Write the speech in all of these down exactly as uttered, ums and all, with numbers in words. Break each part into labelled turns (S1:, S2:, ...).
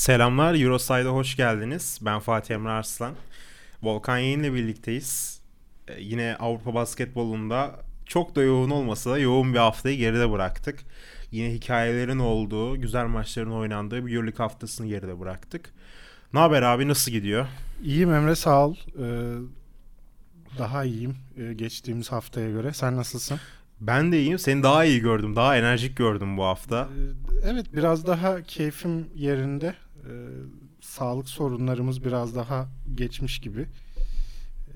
S1: Selamlar, Euroside'a hoş geldiniz. Ben Fatih Emre Arslan. Volkan Yayın'la birlikteyiz. Ee, yine Avrupa basketbolunda çok da yoğun olmasa da yoğun bir haftayı geride bıraktık. Yine hikayelerin olduğu, güzel maçların oynandığı bir Euroleague haftasını geride bıraktık. Ne haber abi, nasıl gidiyor?
S2: İyiyim Emre, sağ ol. Ee, daha iyiyim e, geçtiğimiz haftaya göre. Sen nasılsın?
S1: Ben de iyiyim. Seni daha iyi gördüm, daha enerjik gördüm bu hafta.
S2: Ee, evet, biraz daha keyfim yerinde. Ee, sağlık sorunlarımız biraz daha geçmiş gibi. Ee,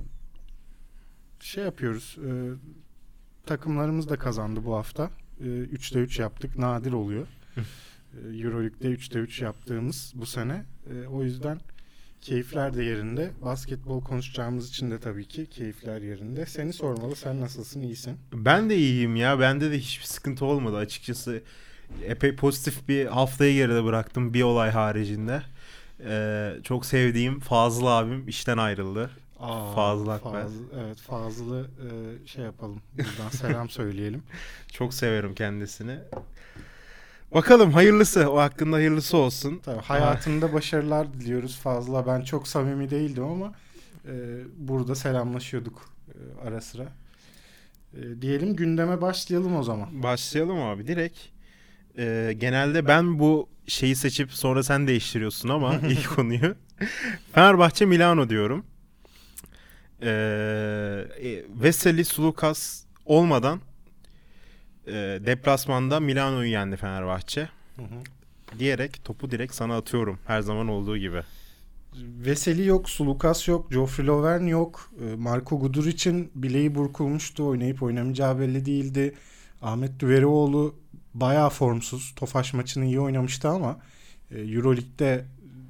S2: şey yapıyoruz. E, takımlarımız da kazandı bu hafta. Ee, üçte üç yaptık. Nadir oluyor. Ee, Euroleague'de üçte üç yaptığımız bu sene. Ee, o yüzden keyifler de yerinde. Basketbol konuşacağımız için de tabii ki keyifler yerinde. Seni sormalı. Sen nasılsın? İyisin?
S1: Ben de iyiyim ya. Bende de hiçbir sıkıntı olmadı açıkçası. Epey pozitif bir haftayı geride bıraktım bir olay haricinde. Ee, çok sevdiğim Fazıl abim işten ayrıldı.
S2: Aa,
S1: Fazıl Akber.
S2: Fazıl, evet, Fazıl'ı e, şey yapalım. Buradan selam söyleyelim.
S1: Çok severim kendisini. Bakalım hayırlısı. O hakkında hayırlısı olsun.
S2: Tabii, hayatında başarılar diliyoruz Fazıl'a. Ben çok samimi değildim ama e, burada selamlaşıyorduk e, ara sıra. E, diyelim gündeme başlayalım o zaman.
S1: Başlayalım abi direkt. Ee, genelde ben bu şeyi seçip sonra sen değiştiriyorsun ama ilk konuyu. Fenerbahçe Milano diyorum. Ee, e, Veseli Sulukas olmadan e, deplasmanda Milano'yu yendi Fenerbahçe.
S2: Hı hı.
S1: Diyerek topu direkt sana atıyorum her zaman olduğu gibi.
S2: Veseli yok, Sulukas yok, Joffrey Lauvergne yok. E, Marko Guduric'in bileği burkulmuştu. Oynayıp oynamayacağı belli değildi. Ahmet Düverioğlu bayağı formsuz. Tofaş maçını iyi oynamıştı ama e, Euroleague'de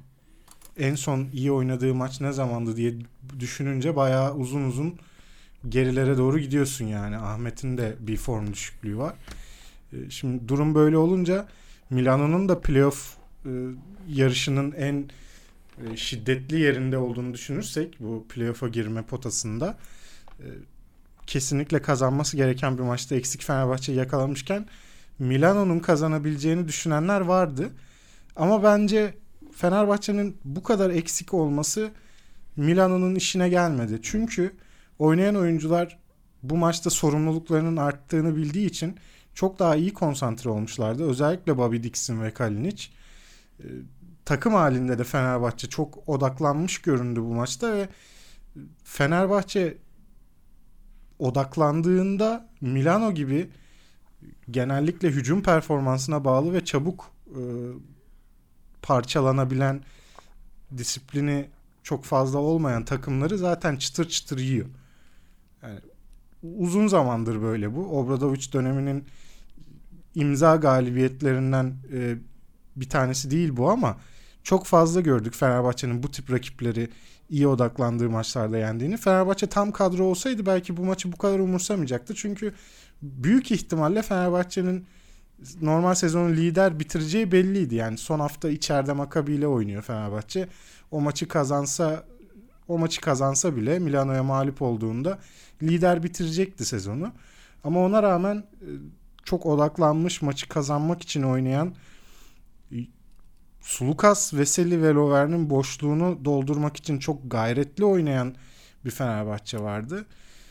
S2: en son iyi oynadığı maç ne zamandı diye düşününce bayağı uzun uzun gerilere doğru gidiyorsun yani. Ahmet'in de bir form düşüklüğü var. E, Şimdi durum böyle olunca Milano'nun da playoff e, yarışının en e, şiddetli yerinde olduğunu düşünürsek bu playoff'a girme potasında e, kesinlikle kazanması gereken bir maçta eksik Fenerbahçe'yi yakalamışken Milano'nun kazanabileceğini düşünenler vardı. Ama bence Fenerbahçe'nin bu kadar eksik olması Milano'nun işine gelmedi. Çünkü oynayan oyuncular bu maçta sorumluluklarının arttığını bildiği için çok daha iyi konsantre olmuşlardı. Özellikle Bobby Dixon ve Kalinic. Ee, takım halinde de Fenerbahçe çok odaklanmış göründü bu maçta ve Fenerbahçe odaklandığında Milano gibi genellikle hücum performansına bağlı ve çabuk e, parçalanabilen, disiplini çok fazla olmayan takımları zaten çıtır çıtır yiyor. Yani uzun zamandır böyle bu. Obradović döneminin imza galibiyetlerinden e, bir tanesi değil bu ama çok fazla gördük Fenerbahçe'nin bu tip rakipleri iyi odaklandığı maçlarda yendiğini. Fenerbahçe tam kadro olsaydı belki bu maçı bu kadar umursamayacaktı. Çünkü büyük ihtimalle Fenerbahçe'nin normal sezonu lider bitireceği belliydi. Yani son hafta içeride Maccabi ile oynuyor Fenerbahçe. O maçı kazansa o maçı kazansa bile Milano'ya mağlup olduğunda lider bitirecekti sezonu. Ama ona rağmen çok odaklanmış, maçı kazanmak için oynayan, Sulukas, Veseli ve Lovern'in boşluğunu doldurmak için çok gayretli oynayan bir Fenerbahçe vardı.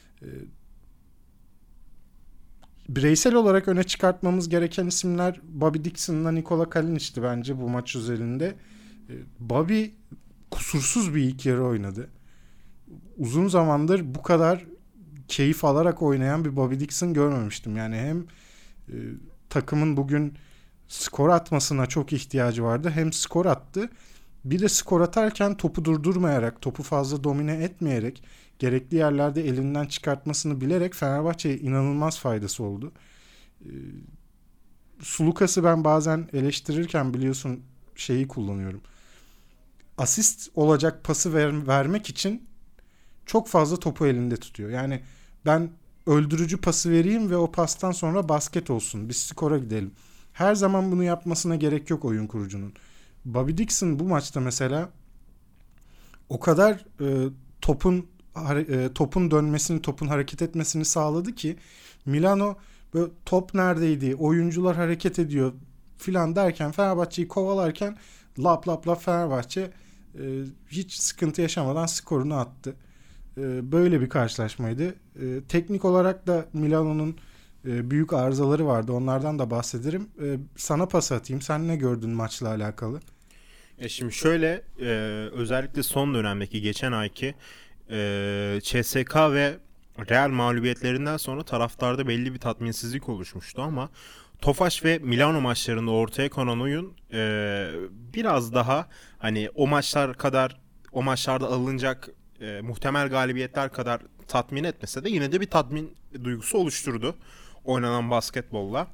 S2: Bireysel olarak öne çıkartmamız gereken isimler Bobby Dixon'la Nikola Kalinic'ti bence bu maç özelinde. Bobby kusursuz bir ilk yarı oynadı. Uzun zamandır bu kadar keyif alarak oynayan bir Bobby Dixon görmemiştim. Yani hem e, takımın bugün skor atmasına çok ihtiyacı vardı. Hem skor attı. Bir de skor atarken topu durdurmayarak, topu fazla domine etmeyerek, gerekli yerlerde elinden çıkartmasını bilerek Fenerbahçe'ye inanılmaz faydası oldu. E, Sulukas'ı ben bazen eleştirirken biliyorsun şeyi kullanıyorum. Asist olacak pası ver, vermek için çok fazla topu elinde tutuyor. Yani ben öldürücü pası vereyim ve o pastan sonra basket olsun. Biz skora gidelim. Her zaman bunu yapmasına gerek yok oyun kurucunun. Bobby Dixon bu maçta mesela o kadar e, topun e, topun dönmesini, topun hareket etmesini sağladı ki Milano böyle top neredeydi? Oyuncular hareket ediyor. filan derken Fenerbahçe'yi kovalarken lap lap lap Fenerbahçe e, hiç sıkıntı yaşamadan skorunu attı. E, böyle bir karşılaşmaydı. E, teknik olarak da Milano'nun e, büyük arızaları vardı. Onlardan da bahsederim. E, sana pas atayım. Sen ne gördün maçla alakalı?
S1: E şimdi şöyle e, özellikle son dönemdeki geçen ayki e, C S K ve Real mağlubiyetlerinden sonra taraftarda belli bir tatminsizlik oluşmuştu ama Tofaş ve Milano maçlarında ortaya konan oyun e, biraz daha hani o maçlar kadar o maçlarda alınacak e, muhtemel galibiyetler kadar tatmin etmese de yine de bir tatmin duygusu oluşturdu oynanan basketbolla.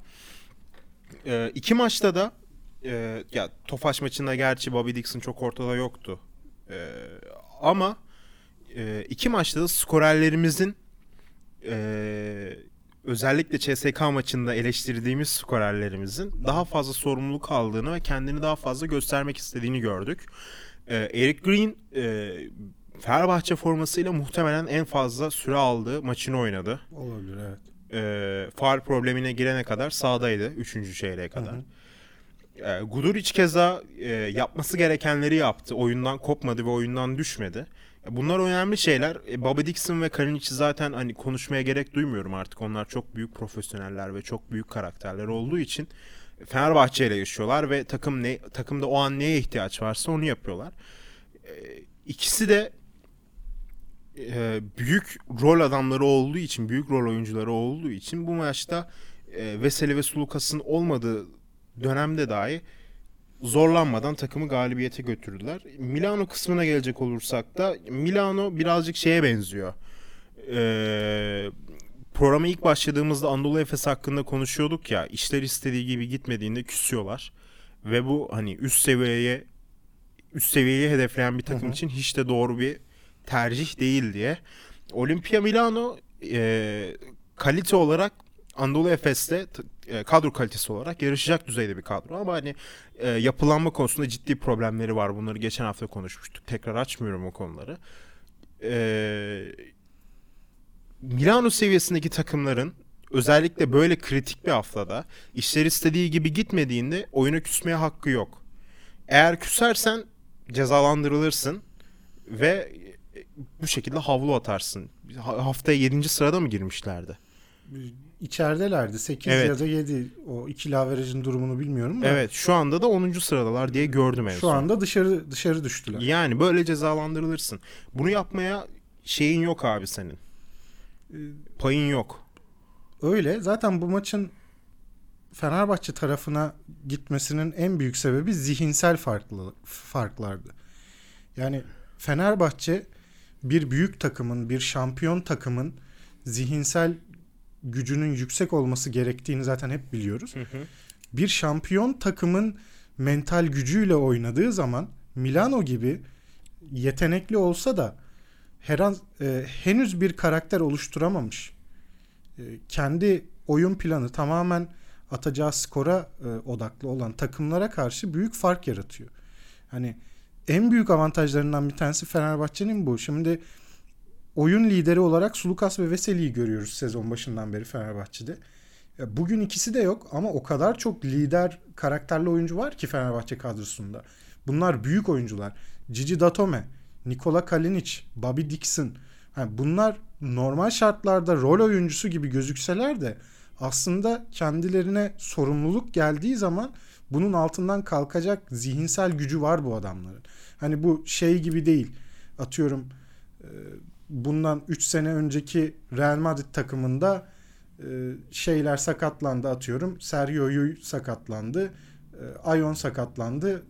S1: E, iki maçta da e, ya Tofaş maçında gerçi Bobby Dixon çok ortada yoktu. E, ama e, iki maçta da skorerlerimizin e, özellikle C S K maçında eleştirdiğimiz skorerlerimizin daha fazla sorumluluk aldığını ve kendini daha fazla göstermek istediğini gördük. Ee, Eric Green e, Fenerbahçe formasıyla muhtemelen en fazla süre aldığı maçını oynadı.
S2: Olabilir, evet.
S1: Ee, faul problemine girene kadar sahadaydı üçüncü çeyreğe kadar. Hı hı. Ee, Guduric keza e, yapması gerekenleri yaptı. Oyundan kopmadı ve oyundan düşmedi. Bunlar önemli şeyler. E, Bobby Dixon ve Kalinic'i zaten hani konuşmaya gerek duymuyorum artık. Onlar çok büyük profesyoneller ve çok büyük karakterler olduğu için Fenerbahçe ile yaşıyorlar ve takım ne takımda o an neye ihtiyaç varsa onu yapıyorlar. E, ikisi de e, büyük rol adamları olduğu için, büyük rol oyuncuları olduğu için bu maçta e, Veseli ve Sulukas'ın olmadığı dönemde dahi zorlanmadan takımı galibiyete götürdüler. Milano kısmına gelecek olursak da Milano birazcık şeye benziyor. Ee, programa ilk başladığımızda Anadolu Efes hakkında konuşuyorduk ya, işler istediği gibi gitmediğinde küsüyorlar. Ve bu hani üst seviyeye üst seviyeyi hedefleyen bir takım hı hı. için hiç de doğru bir tercih değil diye. Olimpia Milano e, kalite olarak Anadolu Efes'te e, kadro kalitesi olarak yarışacak düzeyde bir kadro ama hani e, yapılanma konusunda ciddi problemleri var. Bunları geçen hafta konuşmuştuk. Tekrar açmıyorum o konuları. E, Milano seviyesindeki takımların özellikle böyle kritik bir haftada işler istediği gibi gitmediğinde oyuna küsmeye hakkı yok. Eğer küsersen cezalandırılırsın ve bu şekilde havlu atarsın. Haftaya yedinci sırada mı girmişlerdi?
S2: İçeridelerdi. sekiz evet. ya da yedi. O ikili averajın durumunu bilmiyorum da.
S1: Evet, şu anda da onuncu sıradalar diye gördüm en
S2: şu
S1: son.
S2: Şu anda dışarı dışarı düştüler.
S1: Yani böyle cezalandırılırsın. Bunu yapmaya şeyin yok abi senin. Payın yok.
S2: Öyle. Zaten bu maçın Fenerbahçe tarafına gitmesinin en büyük sebebi zihinsel farklı farklardı. Yani Fenerbahçe bir büyük takımın, bir şampiyon takımın zihinsel gücünün yüksek olması gerektiğini zaten hep biliyoruz. Hı hı. Bir şampiyon takımın mental gücüyle oynadığı zaman Milano gibi yetenekli olsa da her an, e, henüz bir karakter oluşturamamış. E, kendi oyun planı tamamen atacağı skora e, odaklı olan takımlara karşı büyük fark yaratıyor. Hani en büyük avantajlarından bir tanesi Fenerbahçe'nin bu. Şimdi oyun lideri olarak Sulukas ve Veseli'yi görüyoruz sezon başından beri Fenerbahçe'de. Bugün ikisi de yok ama o kadar çok lider karakterli oyuncu var ki Fenerbahçe kadrosunda. Bunlar büyük oyuncular. Gigi Datome, Nikola Kalinic, Bobby Dixon. Yani bunlar normal şartlarda rol oyuncusu gibi gözükseler de aslında kendilerine sorumluluk geldiği zaman bunun altından kalkacak zihinsel gücü var bu adamların. Hani bu şey gibi değil. Atıyorum bundan üç sene önceki Real Madrid takımında şeyler sakatlandı atıyorum. Sergio Llull sakatlandı. Ayon sakatlandı.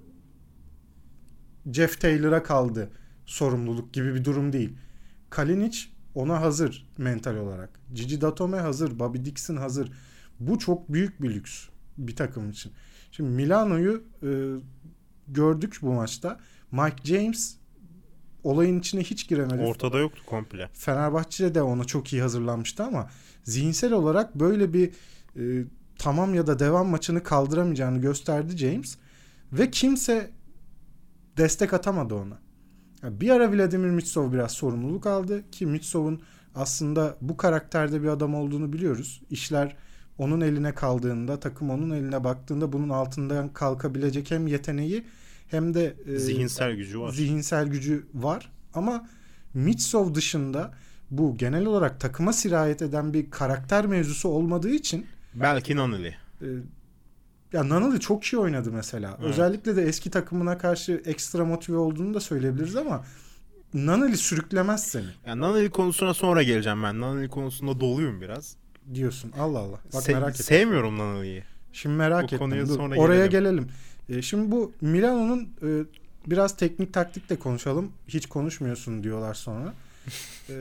S2: Jeff Taylor'a kaldı sorumluluk gibi bir durum değil. Kalinic ona hazır mental olarak. Gigi Datome hazır. Bobby Dixon hazır. Bu çok büyük bir lüks bir takım için. Şimdi Milano'yu e, gördük bu maçta. Mike James olayın içine hiç giremedi.
S1: Ortada yoktu komple.
S2: Fenerbahçe de ona çok iyi hazırlanmıştı ama zihinsel olarak böyle bir e, tamam ya da devam maçını kaldıramayacağını gösterdi James. Ve kimse destek atamadı ona. Yani bir ara Vladimir Mitsov biraz sorumluluk aldı ki Mitsov'un aslında bu karakterde bir adam olduğunu biliyoruz. İşler onun eline kaldığında, takım onun eline baktığında bunun altından kalkabilecek hem yeteneği hem de
S1: e, zihinsel gücü var.
S2: Zihinsel gücü var. Ama Mitsov dışında bu genel olarak takıma sirayet eden bir karakter mevzusu olmadığı için
S1: belki Nunnally.
S2: E, ya Nunnally çok iyi oynadı mesela. Evet. Özellikle de eski takımına karşı ekstra motive olduğunu da söyleyebiliriz ama Nunnally sürüklemez seni.
S1: Ya Nunnally konusuna sonra geleceğim ben. Nunnally konusunda doluyum biraz.
S2: Diyorsun. Allah Allah. Bak
S1: Se-
S2: merak ettim.
S1: Sevmiyorum Nunally'yi.
S2: Şimdi merak ettim. Dur, oraya gelelim. E, şimdi bu Milano'nun e, biraz teknik taktik de konuşalım. Hiç konuşmuyorsun diyorlar sonra. e,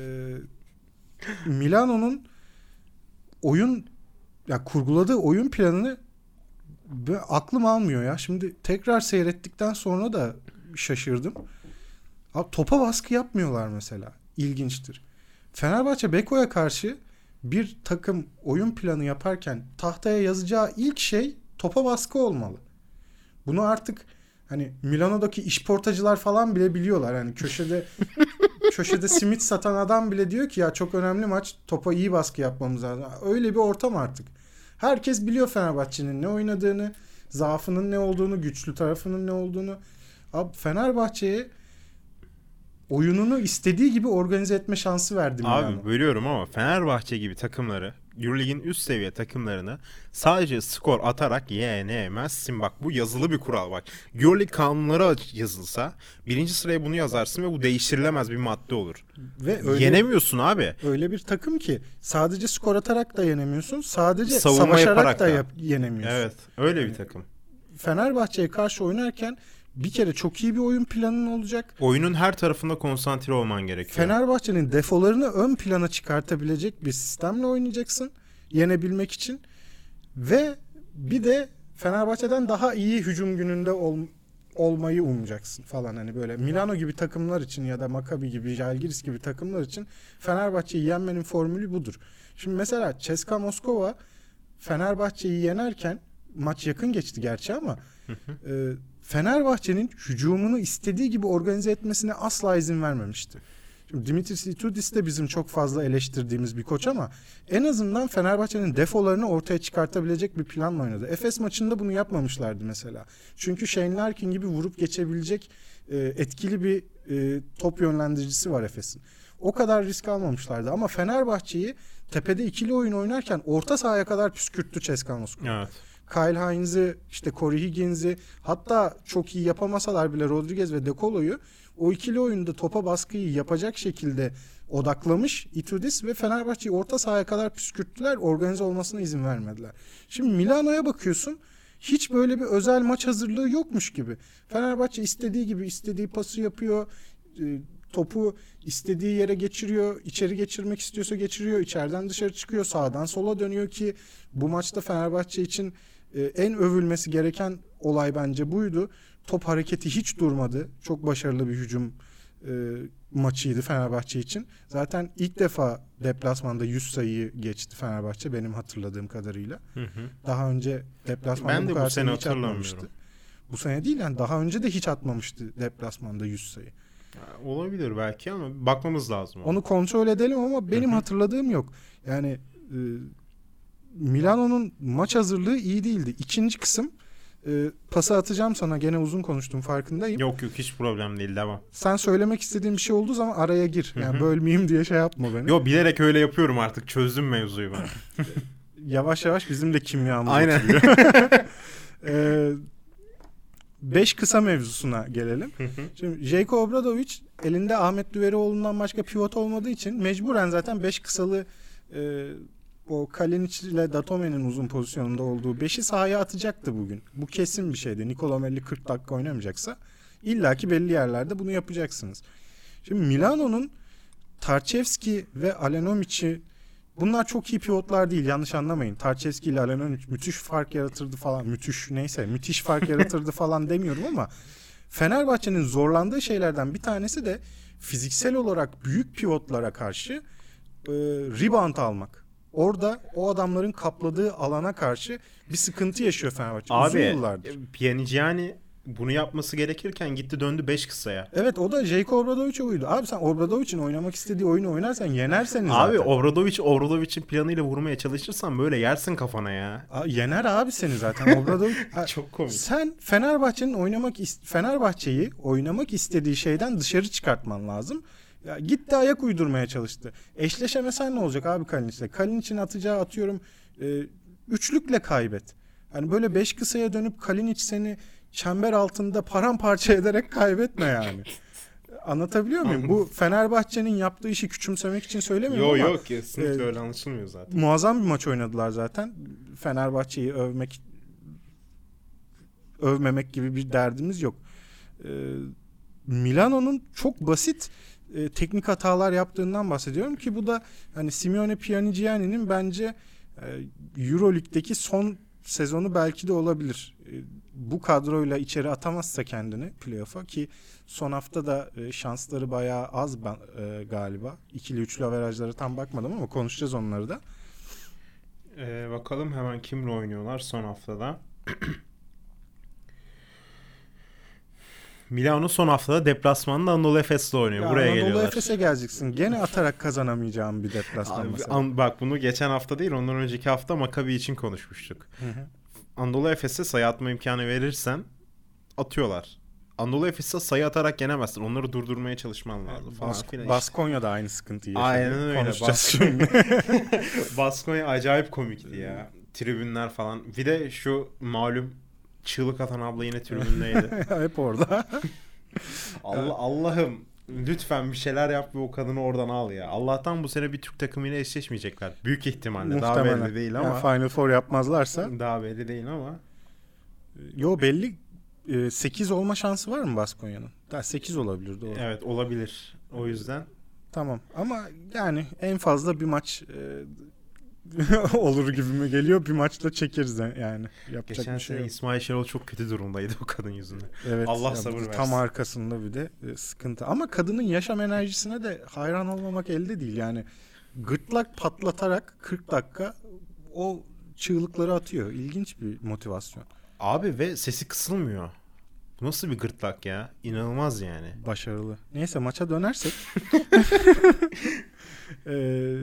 S2: Milano'nun oyun ya kurguladığı oyun planını aklım almıyor ya. Şimdi tekrar seyrettikten sonra da şaşırdım. Abi, topa baskı yapmıyorlar mesela. İlginçtir. Fenerbahçe Beko'ya karşı bir takım oyun planı yaparken tahtaya yazacağı ilk şey topa baskı olmalı. Bunu artık hani Milano'daki işportacılar falan bile biliyorlar. Yani köşede köşede simit satan adam bile diyor ki ya çok önemli maç, topa iyi baskı yapmamız lazım. Öyle bir ortam artık. Herkes biliyor Fenerbahçe'nin ne oynadığını, zaafının ne olduğunu, güçlü tarafının ne olduğunu. Abi Fenerbahçe'ye oyununu istediği gibi organize etme şansı verdi Milano.
S1: Abi bölüyorum ama Fenerbahçe gibi takımları, Euroleague'in üst seviye takımlarını sadece skor atarak yenemezsin. Bak bu yazılı bir kural bak. Euroleague kanunları yazılsa birinci sıraya bunu yazarsın ve bu değiştirilemez bir madde olur.
S2: Ve öyle,
S1: yenemiyorsun abi.
S2: Öyle bir takım ki sadece skor atarak da yenemiyorsun. Sadece
S1: savunma
S2: savaşarak da,
S1: da
S2: yap, yenemiyorsun.
S1: Evet, öyle
S2: yani,
S1: bir takım.
S2: Fenerbahçe'ye karşı oynarken bir kere çok iyi bir oyun planın olacak.
S1: Oyunun her tarafında konsantre olman gerekiyor.
S2: Fenerbahçe'nin defolarını ön plana çıkartabilecek bir sistemle oynayacaksın yenebilmek için. Ve bir de Fenerbahçe'den daha iyi hücum gününde ol, olmayı umacaksın falan. Hani böyle Milano gibi takımlar için ya da Maccabi gibi, Žalgiris gibi takımlar için Fenerbahçe'yi yenmenin formülü budur. Şimdi mesela C S K A Moskova Fenerbahçe'yi yenerken maç yakın geçti gerçi ama e, Fenerbahçe'nin hücumunu istediği gibi organize etmesine asla izin vermemişti. Şimdi Dimitris Itoudis de bizim çok fazla eleştirdiğimiz bir koç ama en azından Fenerbahçe'nin defolarını ortaya çıkartabilecek bir planla oynadı. Efes maçında bunu yapmamışlardı mesela. Çünkü Shane Larkin gibi vurup geçebilecek e, etkili bir e, top yönlendiricisi var Efes'in. O kadar risk almamışlardı ama Fenerbahçe'yi tepede ikili oyun oynarken orta sahaya kadar püskürttü C S K A Moskova.
S1: Evet.
S2: Kyle Hines'i, işte Corey Higgins'i, hatta çok iyi yapamasalar bile Rodriguez ve De Colo'yu o ikili oyunda topa baskıyı yapacak şekilde odaklamış Itoudis ve Fenerbahçe'yi orta sahaya kadar püskürttüler. Organize olmasına izin vermediler. Şimdi Milano'ya bakıyorsun. Hiç böyle bir özel maç hazırlığı yokmuş gibi. Fenerbahçe istediği gibi istediği pası yapıyor. Topu istediği yere geçiriyor. İçeri geçirmek istiyorsa geçiriyor. İçeriden dışarı çıkıyor. Sağdan sola dönüyor ki bu maçta Fenerbahçe için en övülmesi gereken olay bence buydu. Top hareketi hiç durmadı. Çok başarılı bir hücum e, maçıydı Fenerbahçe için. Zaten ilk defa deplasmanda yüz sayıyı geçti Fenerbahçe benim hatırladığım kadarıyla. Hı hı. Daha önce deplasmanda
S1: ben de
S2: bu kadar
S1: bu sene
S2: hiç atmamıştı. Bu sene değil yani daha önce de hiç atmamıştı deplasmanda yüz sayı.
S1: Ya, olabilir belki ama bakmamız lazım.
S2: Onu kontrol edelim ama benim hı hı. hatırladığım yok. Yani e, Milano'nun maç hazırlığı iyi değildi. İkinci kısım e, pası atacağım sana. Gene uzun konuştum farkındayım.
S1: Yok yok hiç problem değil devam.
S2: Sen söylemek istediğin bir şey olduğu zaman araya gir. Yani Hı-hı. bölmeyeyim diye şey yapma beni.
S1: Yok bilerek öyle yapıyorum artık. Çözdüm mevzuyu ben.
S2: Yavaş yavaş bizim de kimyamız
S1: Aynen.
S2: oturuyor. e, beş kısa mevzusuna gelelim. Hı-hı. Şimdi Željko Obradović elinde Ahmet Düverioğlu'ndan başka pivot olmadığı için mecburen zaten beş kısalı e, o Kalinic ile Datome'nin uzun pozisyonunda olduğu beşi sahaya atacaktı bugün. Bu kesin bir şeydi. Nikola Melli kırk dakika oynamayacaksa illaki belli yerlerde bunu yapacaksınız. Şimdi Milano'nun Tarçevski ve Alenomic'i bunlar çok iyi pivotlar değil yanlış anlamayın. Tarçevski ile Alenomic müthiş fark yaratırdı falan. Müthiş neyse müthiş fark yaratırdı falan demiyorum ama Fenerbahçe'nin zorlandığı şeylerden bir tanesi de fiziksel olarak büyük pivotlara karşı e, rebound almak. Orada o adamların kapladığı alana karşı bir sıkıntı yaşıyor Fenerbahçe.
S1: Abi Pjanic yani bunu yapması gerekirken gitti döndü beş kısaya.
S2: Evet, o da Jayko Obradoviç'e uydu. Abi sen Obradovic'in oynamak istediği oyunu oynarsan yenerseniz zaten.
S1: Abi Obradoviç Obradovic'in planıyla vurmaya çalışırsan böyle yersin kafana ya.
S2: Aa, yener abi seni zaten Obradoviç.
S1: Çok komik.
S2: Sen Fenerbahçe'nin oynamak Fenerbahçe'yi oynamak istediği şeyden dışarı çıkartman lazım. Ya gitti ayak uydurmaya çalıştı. Eşleşemesen ne olacak abi Kalinic'le? Kalinic'in atacağı atıyorum e, üçlükle kaybet. Hani böyle beş kısaya dönüp Kalinic seni çember altında paramparça ederek kaybetme yani. Anlatabiliyor muyum? Bu Fenerbahçe'nin yaptığı işi küçümsemek için söylemiyorum
S1: yo,
S2: ama.
S1: Yok yok kesinlikle e, öyle anlaşılmıyor zaten.
S2: Muazzam bir maç oynadılar zaten. Fenerbahçe'yi övmek övmemek gibi bir derdimiz yok. Ee, Milano'nun çok basit e, teknik hatalar yaptığından bahsediyorum ki bu da hani Simeone Pjanigiani'nin bence e, EuroLeague'deki son sezonu belki de olabilir. E, bu kadroyla içeri atamazsa kendini playoff'a ki son hafta da e, şansları bayağı az ben, e, galiba. İkili üçlü averajlara tam bakmadım ama konuşacağız onları da.
S1: Ee, bakalım hemen kimle oynuyorlar son haftada. Milano son haftada deplasmanda Anadolu Efes'le oynuyor. Ya Buraya
S2: Anadolu
S1: geliyorlar.
S2: Anadolu Efes'e geleceksin. Gene atarak kazanamayacağım bir deplasman mesela.
S1: An, bak bunu geçen hafta değil ondan önceki hafta Maccabi için konuşmuştuk. Hı hı. Anadolu Efes'e sayı atma imkanı verirsen atıyorlar. Anadolu Efes'e sayı atarak yenemezsin. Onları durdurmaya çalışman lazım.
S2: Bas- Baskonya da aynı sıkıntıyı yaşadı.
S1: Aynen öyle.
S2: Konuşacağız
S1: Bas- Baskonya acayip komikti ya. Tribünler falan. Bir de şu malum çığlık atan abla yine tribündeydi.
S2: Hep orada.
S1: Allah Allah'ım lütfen bir şeyler yap ve o kadını oradan al ya. Allah'tan bu sene bir Türk takımıyla eşleşmeyecekler. Büyük ihtimalle. Muhtemelen. Daha belli değil ama.
S2: Yani Final Four yapmazlarsa.
S1: Daha belli değil ama.
S2: Yo belli. sekiz olma şansı var mı Baskonya'nın? Daha sekiz olabilir doğru.
S1: Evet olabilir. O yüzden.
S2: Tamam ama yani en fazla bir maç olur gibi mi geliyor? Bir maçla çekeriz yani. Yapacak
S1: Geçen
S2: bir şey
S1: sene
S2: yok.
S1: İsmail Şenol çok kötü durumdaydı o kadın yüzünden.
S2: Evet,
S1: Allah sabır versin.
S2: Tam arkasında bir de e, sıkıntı. Ama kadının yaşam enerjisine de hayran olmamak elde değil. Yani gırtlak patlatarak kırk dakika o çığlıkları atıyor. İlginç bir motivasyon.
S1: Abi ve sesi kısılmıyor. Bu nasıl bir gırtlak ya? İnanılmaz yani.
S2: Başarılı. Neyse maça dönersek. Eee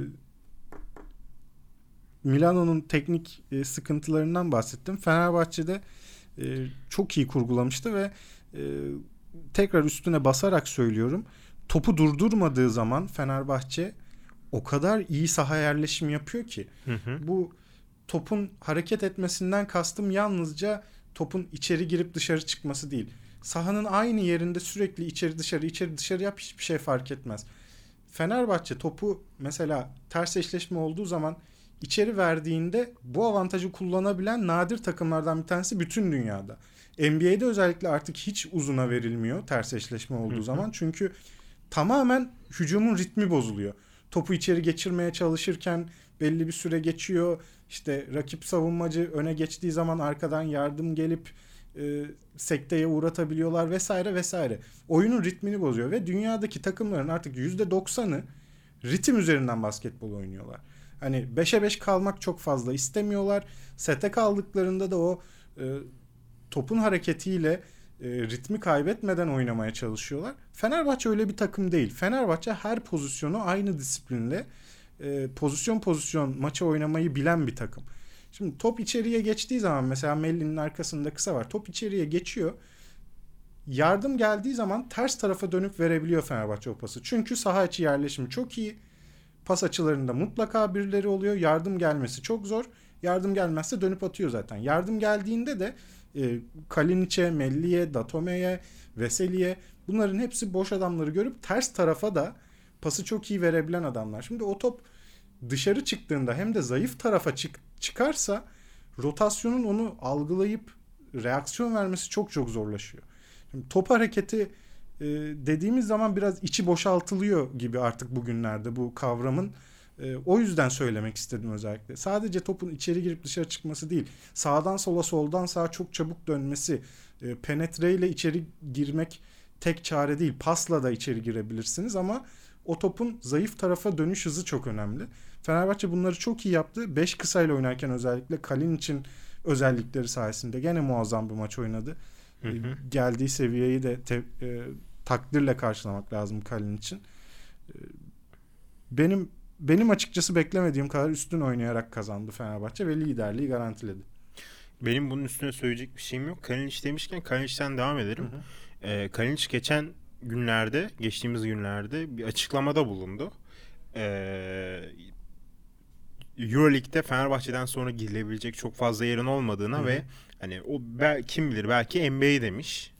S2: Milano'nun teknik e, sıkıntılarından bahsettim. Fenerbahçe'de e, çok iyi kurgulamıştı ve e, tekrar üstüne basarak söylüyorum. Topu durdurmadığı zaman Fenerbahçe o kadar iyi saha yerleşimi yapıyor ki. Hı hı. Bu topun hareket etmesinden kastım yalnızca topun içeri girip dışarı çıkması değil. Sahanın aynı yerinde sürekli içeri dışarı içeri dışarı yap, hiçbir şey fark etmez. Fenerbahçe topu mesela ters eşleşme olduğu zaman İçeri verdiğinde bu avantajı kullanabilen nadir takımlardan bir tanesi bütün dünyada. N B A'de özellikle artık hiç uzuna verilmiyor ters eşleşme olduğu Hı-hı. zaman. Çünkü tamamen hücumun ritmi bozuluyor. Topu içeri geçirmeye çalışırken belli bir süre geçiyor. İşte rakip savunmacı öne geçtiği zaman arkadan yardım gelip e, sekteye uğratabiliyorlar vesaire vesaire. Oyunun ritmini bozuyor ve dünyadaki takımların artık yüzde doksanı ritim üzerinden basketbol oynuyorlar. Hani beşe beş kalmak çok fazla istemiyorlar. Sete kaldıklarında da o e, topun hareketiyle e, ritmi kaybetmeden oynamaya çalışıyorlar. Fenerbahçe öyle bir takım değil. Fenerbahçe her pozisyonu aynı disiplinle e, pozisyon pozisyon maçı oynamayı bilen bir takım. Şimdi top içeriye geçtiği zaman mesela Melli'nin arkasında kısa var. Top içeriye geçiyor. Yardım geldiği zaman ters tarafa dönüp verebiliyor Fenerbahçe o pası. Çünkü saha içi yerleşimi çok iyi. Pas açılarında mutlaka birileri oluyor. Yardım gelmesi çok zor. Yardım gelmezse dönüp atıyor zaten. Yardım geldiğinde de e, Kalinic'e, Melli'ye, Datome'ye, Veseli'ye bunların hepsi boş adamları görüp ters tarafa da pası çok iyi verebilen adamlar. Şimdi o top dışarı çıktığında hem de zayıf tarafa çık- çıkarsa rotasyonun onu algılayıp reaksiyon vermesi çok çok zorlaşıyor. Şimdi top hareketi e, dediğimiz zaman biraz içi boşaltılıyor gibi artık bugünlerde bu kavramın. E, o yüzden söylemek istedim özellikle. Sadece topun içeri girip dışarı çıkması değil. Sağdan sola soldan sağa çok çabuk dönmesi. E, penetreyle içeri girmek tek çare değil. Pasla da içeri girebilirsiniz ama o topun zayıf tarafa dönüş hızı çok önemli. Fenerbahçe bunları çok iyi yaptı. beş kısayla oynarken özellikle Kalinic'in özellikleri sayesinde gene muazzam bir maç oynadı.
S1: Hı hı.
S2: Geldiği seviyeyi de te, e, takdirle karşılamak lazım Kalinic'in. E, benim benim açıkçası beklemediğim kadar üstün oynayarak kazandı Fenerbahçe ve liderliği garantiledi.
S1: Benim bunun üstüne söyleyecek bir şeyim yok. Kalinic demişken Kalinic'ten devam edelim. Hı hı. E, Kalinic geçen günlerde, geçtiğimiz günlerde bir açıklamada bulundu. Eee Euroleague'de Fenerbahçe'den sonra girilebilecek çok fazla yerin olmadığına, hı hı, ve hani o bel, kim bilir belki N B A demiş.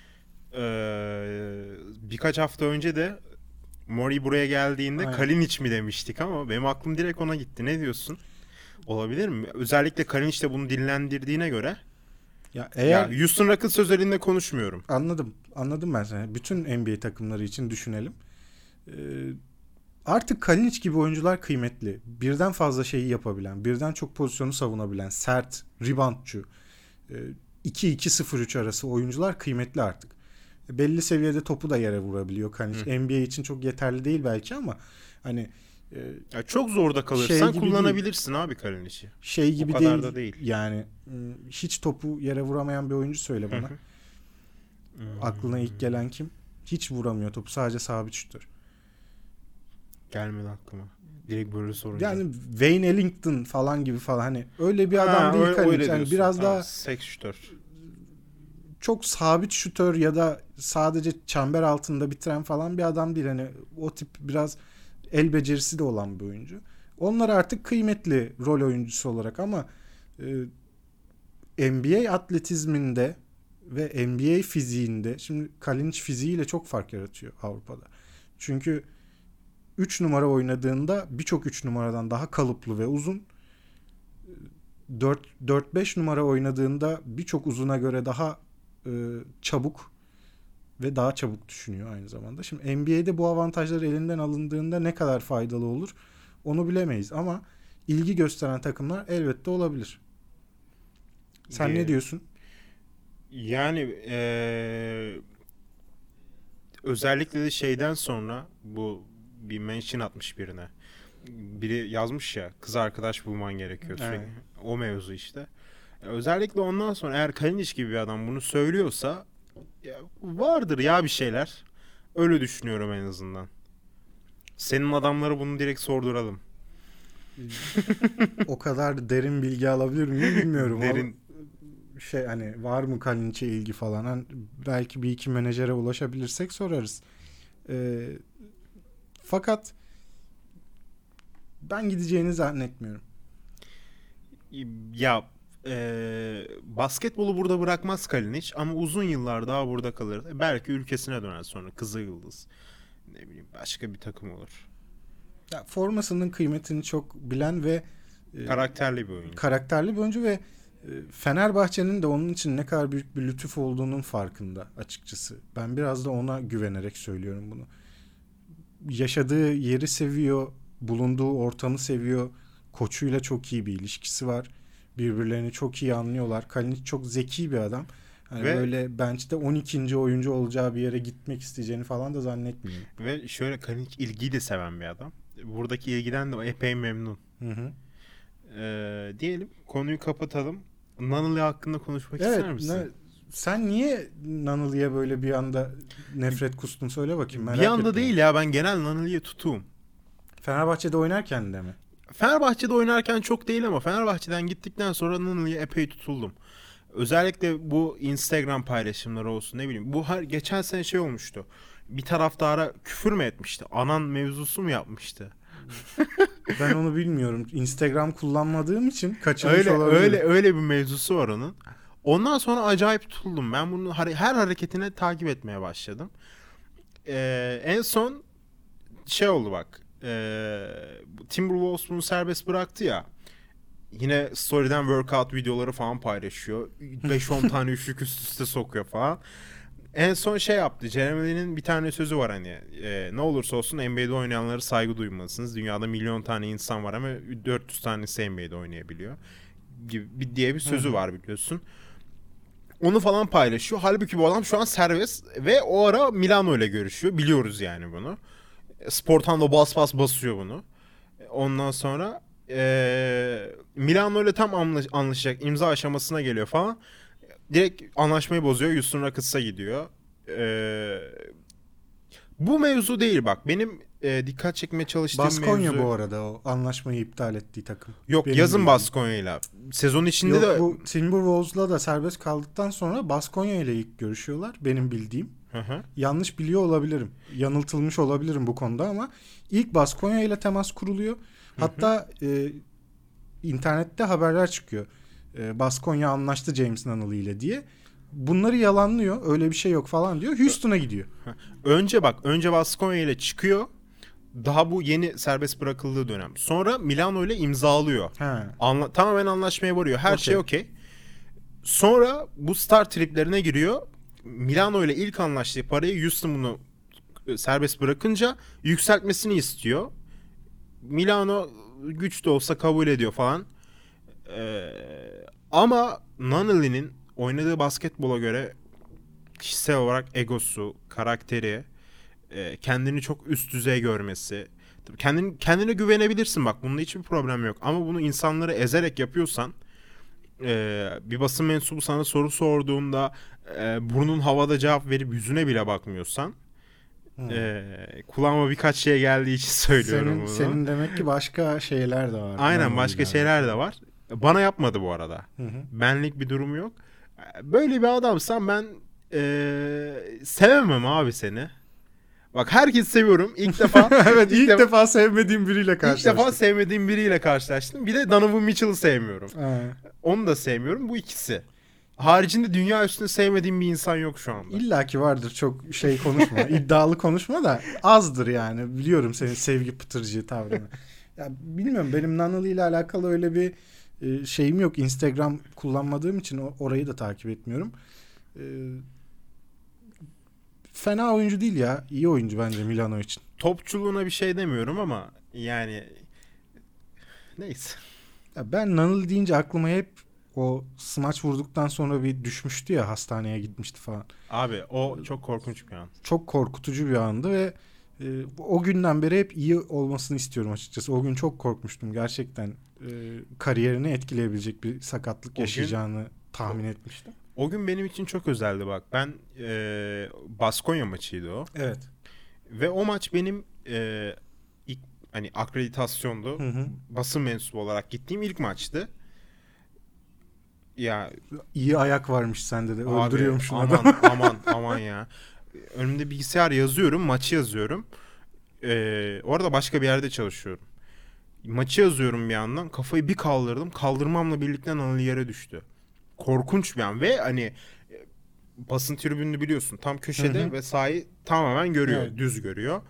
S1: Ee, birkaç hafta önce de Mori buraya geldiğinde aynen, Kalinic mi demiştik ama benim aklım direkt ona gitti. Ne diyorsun? Olabilir mi? Özellikle Kalinic de bunu dillendirdiğine göre.
S2: Ya eğer
S1: ya Houston Rockets özelinde konuşmuyorum.
S2: Anladım. Anladım ben seni. Bütün N B A takımları için düşünelim. Ee, Artık Kalinic gibi oyuncular kıymetli. Birden fazla şeyi yapabilen, birden çok pozisyonu savunabilen, sert, reboundçu, iki iki sıfır üç arası oyuncular kıymetli artık. Belli seviyede topu da yere vurabiliyor Kalinic. Hı. N B A için çok yeterli değil belki ama hani
S1: ya çok zorda kalırsan şey kullanabilirsin değil abi Kalinic'i.
S2: Şey gibi o kadar değil, da değil. Yani hiç topu yere vuramayan bir oyuncu söyle bana. Hı hı. Aklına ilk gelen kim? Hiç vuramıyor topu. Sadece sabit şutör.
S1: Gelmedi aklıma. Direkt böyle sorunca.
S2: Yani Wayne Ellington falan gibi falan hani öyle bir adam ha, değil Kalic. Yani biraz tamam, daha
S1: seks şutör.
S2: Çok sabit şutör ya da sadece çember altında bitiren falan bir adam değil. Hani o tip biraz el becerisi de olan bir oyuncu. Onlar artık kıymetli rol oyuncusu olarak ama e, N B A atletizminde ve N B A fiziğinde şimdi Kalinic fiziğiyle çok fark yaratıyor Avrupa'da. Çünkü üç numara oynadığında birçok üç numaradan daha kalıplı ve uzun. dört beş numara oynadığında birçok uzuna göre daha e, çabuk ve daha çabuk düşünüyor aynı zamanda. Şimdi N B A'de bu avantajlar elinden alındığında ne kadar faydalı olur onu bilemeyiz ama ilgi gösteren takımlar elbette olabilir. Sen ee, ne diyorsun?
S1: Yani ee, özellikle de şeyden sonra bu bir mention atmış birine. Biri yazmış ya kız arkadaş bulman gerekiyor sürekli. Evet. O mevzu işte. Özellikle ondan sonra eğer Kalinic gibi bir adam bunu söylüyorsa ya vardır ya bir şeyler. Öyle düşünüyorum en azından. Senin adamlara bunu direkt sorduralım.
S2: O kadar derin bilgi alabilir miyim bilmiyorum. Derin şey hani var mı Kalinic'e ilgi falan. Hani belki bir iki menajere ulaşabilirsek sorarız. Ee, fakat ben gideceğini zannetmiyorum.
S1: Ya e, basketbolu burada bırakmaz Kalinic ama uzun yıllar daha burada kalır. Belki ülkesine döner sonra Kızılyıldız. Ne bileyim başka bir takım olur.
S2: Ya formasının kıymetini çok bilen ve
S1: karakterli bir oyuncu.
S2: Karakterli bir oyuncu ve Fenerbahçe'nin de onun için ne kadar büyük bir lütuf olduğunun farkında açıkçası. Ben biraz da ona güvenerek söylüyorum bunu. Yaşadığı yeri seviyor, bulunduğu ortamı seviyor. Koçuyla çok iyi bir ilişkisi var. Birbirlerini çok iyi anlıyorlar. Kalinic çok zeki bir adam. Yani ve böyle bench'te on ikinci oyuncu olacağı bir yere gitmek isteyeceğini falan da zannetmiyorum.
S1: Ve şöyle Kalinic ilgiyi de seven bir adam. Buradaki ilgiden de epey memnun. Hı hı. Ee, diyelim konuyu kapatalım. Nunnally hakkında konuşmak evet, ister misin? Ne,
S2: sen niye Nunnally'ye böyle bir anda nefret kustun söyle bakayım.
S1: Merak bir anda ettim. Değil ya ben genel Nunnally'ye tutuğum.
S2: Fenerbahçe'de oynarken de mi?
S1: Fenerbahçe'de oynarken çok değil ama Fenerbahçe'den gittikten sonra Nunnally'ye epey tutuldum. Özellikle bu Instagram paylaşımları olsun ne bileyim. Bu her geçen sene şey olmuştu. Bir taraftara küfür mü etmişti? Anan mevzusu mu yapmıştı?
S2: Ben onu bilmiyorum. Instagram kullanmadığım için kaçırmış
S1: öyle,
S2: olabilirim.
S1: Öyle öyle bir mevzusu var onun. Ondan sonra acayip tutuldum. Ben bunu her hareketine takip etmeye başladım. Ee, en son şey oldu bak. Ee, Timberwolves bunu serbest bıraktı ya. Yine story'den workout videoları falan paylaşıyor. beş on tane üçlük üst üste sokuyor falan. En son şey yaptı. Jeremy Lin'in bir tane sözü var hani. E, ne olursa olsun N B A'de oynayanlara saygı duymalısınız. Dünyada milyon tane insan var ama dört yüz tanesi N B A'de oynayabiliyor. Gibi diye bir sözü var biliyorsun. Onu falan paylaşıyor. Halbuki bu adam şu an serbest ve o ara Milano ile görüşüyor. Biliyoruz yani bunu. Sportando bas bas basıyor bunu. Ondan sonra e, Milano ile tam anlaş- anlaşacak imza aşamasına geliyor falan. direkt anlaşmayı bozuyor. Houston Rockets'a gidiyor. Ee, bu mevzu değil bak. Benim e, dikkat çekmeye çalıştığım
S2: Baskonya
S1: mevzu...
S2: bu arada o anlaşmayı iptal ettiği takım.
S1: Yok
S2: Benim
S1: yazın
S2: bildiğim.
S1: Baskonya'yla. Sezon içinde
S2: Yok,
S1: de...
S2: bu Timberwolves'la da serbest kaldıktan sonra Baskonya ile ilk görüşüyorlar benim bildiğim.
S1: Hı hı.
S2: Yanlış biliyor olabilirim. Yanıltılmış olabilirim bu konuda ama ilk Baskonya ile temas kuruluyor. Hatta e, internette haberler çıkıyor. E, Baskonya anlaştı James Nunnally ile diye. Bunları yalanlıyor. Öyle bir şey yok falan diyor. Houston'a gidiyor.
S1: Önce bak, önce Baskonya ile çıkıyor. Daha bu yeni serbest bırakıldığı dönem. Sonra Milano ile imzalıyor.
S2: He.
S1: Anla- tamamen anlaşmaya varıyor. Her
S2: Okey.
S1: şey okey. Sonra bu star triplerine giriyor. Milano ile ilk anlaştığı parayı Houston bunu serbest bırakınca yükseltmesini istiyor. Milano güç de olsa kabul ediyor falan. Ee, ama Nunnally'nin oynadığı basketbola göre kişisel olarak egosu, karakteri, e, kendini çok üst düzey görmesi. Kendini, kendine güvenebilirsin bak. Bunda hiçbir problem yok. Ama bunu insanları ezerek yapıyorsan, e, bir basın mensubu sana soru sorduğunda e, burnun havada cevap verip yüzüne bile bakmıyorsan,
S2: Hmm.
S1: e, kulağıma birkaç şey geldiği için söylüyorum
S2: Senin,
S1: bunu.
S2: senin demek ki başka şeyler de var.
S1: Aynen,
S2: Nunnally
S1: başka
S2: ile
S1: şeyler de
S2: alakalı.
S1: var. Bana yapmadı bu arada.
S2: Hı hı.
S1: Benlik bir durum yok. Böyle bir adamsan ben e, sevemem abi seni. Bak herkes seviyorum. İlk defa
S2: Evet, ilk,
S1: defa,
S2: defa sevmediğim biriyle
S1: ilk
S2: karşılaştım.
S1: defa sevmediğim biriyle karşılaştım. Bir de Donovan Mitchell'ı sevmiyorum.
S2: Ha.
S1: Onu da sevmiyorum. Bu ikisi. Haricinde dünya üstünde sevmediğim bir insan yok şu anda.
S2: İlla ki vardır, çok şey konuşma. iddialı konuşma da azdır yani. Biliyorum senin sevgi pıtırcığı tavrını. Ya bilmiyorum, benim Nunnally ile alakalı öyle bir e, şeyim yok. Instagram kullanmadığım için o- orayı da takip etmiyorum. E, fena oyuncu değil ya. İyi oyuncu bence Milano için.
S1: Topçuluğuna bir şey demiyorum ama yani neyse.
S2: Ya ben Nunnally deyince aklıma hep o smaç vurduktan sonra bir düşmüştü ya, hastaneye gitmişti falan.
S1: Abi o çok korkunç bir an.
S2: Çok korkutucu bir andı ve e, o günden beri hep iyi olmasını istiyorum açıkçası. O gün çok korkmuştum gerçekten. E, kariyerini etkileyebilecek bir sakatlık
S1: O gün-
S2: yaşayacağını tahmin etmiştim.
S1: O gün benim için çok özeldi bak. Ben e, Baskonya maçıydı o.
S2: Evet.
S1: Ve o maç benim e, ilk hani akreditasyondu.
S2: Hı hı.
S1: Basın mensubu olarak gittiğim ilk maçtı. Ya
S2: İyi ayak varmış sende de.
S1: abi,
S2: Öldürüyormuşsun
S1: aman,
S2: adamı.
S1: aman aman ya. Önümde bilgisayar yazıyorum, maçı yazıyorum. Ee, orada başka bir yerde çalışıyorum. Maçı yazıyorum bir yandan. Kafayı bir kaldırdım. Kaldırmamla birlikte Nunnally yere düştü. Korkunç bir an ve hani e, basın tribününü biliyorsun. Tam köşede
S2: Hı hı.
S1: ve sahayı tamamen görüyor.
S2: Evet.
S1: Düz görüyor.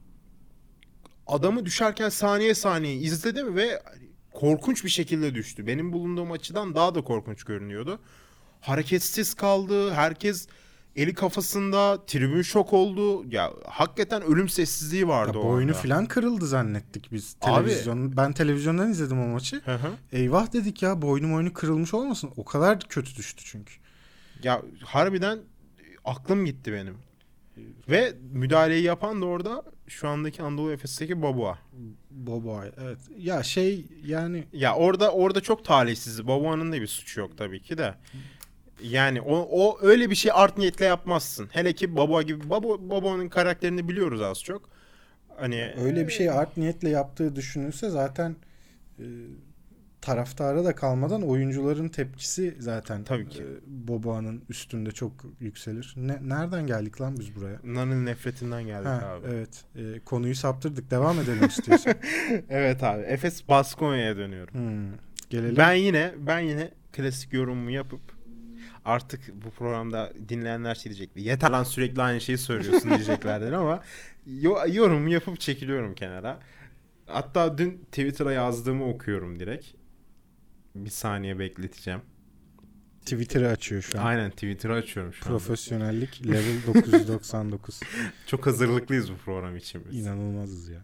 S1: Adamı düşerken saniye saniye izledim ve korkunç bir şekilde düştü. Benim bulunduğum açıdan daha da korkunç görünüyordu. Hareketsiz kaldı. Herkes eli kafasında. Tribün şok oldu. Ya hakikaten ölüm sessizliği vardı
S2: Ya
S1: o
S2: boynu
S1: anda.
S2: falan kırıldı zannettik biz
S1: Abi-
S2: televizyon. Ben televizyondan izledim o maçı.
S1: Hı hı.
S2: Eyvah dedik ya, boynu boynu kırılmış olmasın. O kadar kötü düştü çünkü.
S1: Ya harbiden aklım gitti benim. Ve müdahaleyi yapan da orada şu andaki Anadolu Efes'teki Babua.
S2: Boboy, evet. Ya şey yani
S1: Ya orada orada çok talihsiz. Babua'nın da bir suçu yok tabii ki de. Yani o, o öyle bir şey art niyetle yapmazsın. Hele ki Babua gibi. Baba, Babua'nın karakterini biliyoruz az çok. Hani
S2: öyle bir şey art niyetle yaptığı düşünülse zaten e, taraftara da kalmadan oyuncuların tepkisi zaten
S1: Tabii ki.
S2: e, Boboa'nın üstünde çok yükselir. Ne, nereden geldik lan biz buraya?
S1: Nan'ın nefretinden geldik
S2: Ha,
S1: abi.
S2: evet. E, konuyu saptırdık. Devam edelim istiyorsan.
S1: Evet abi. Efes Baskonya'ya dönüyorum.
S2: Hmm, gelelim.
S1: Ben yine ben yine klasik yorumumu yapıp artık bu programda dinleyenler şey diyecekti. Yeter lan, sürekli aynı şeyi söylüyorsun diyeceklerdir ama yo- yorumumu yapıp çekiliyorum kenara. Hatta dün Twitter'a yazdığımı okuyorum direkt. Bir saniye bekleteceğim.
S2: Twitter'ı açıyor şu an.
S1: Aynen, Twitter'ı açıyorum şu an.
S2: Profesyonellik level dokuz yüz doksan dokuz.
S1: Çok hazırlıklıyız bu program için biz.
S2: İnanılmazız ya.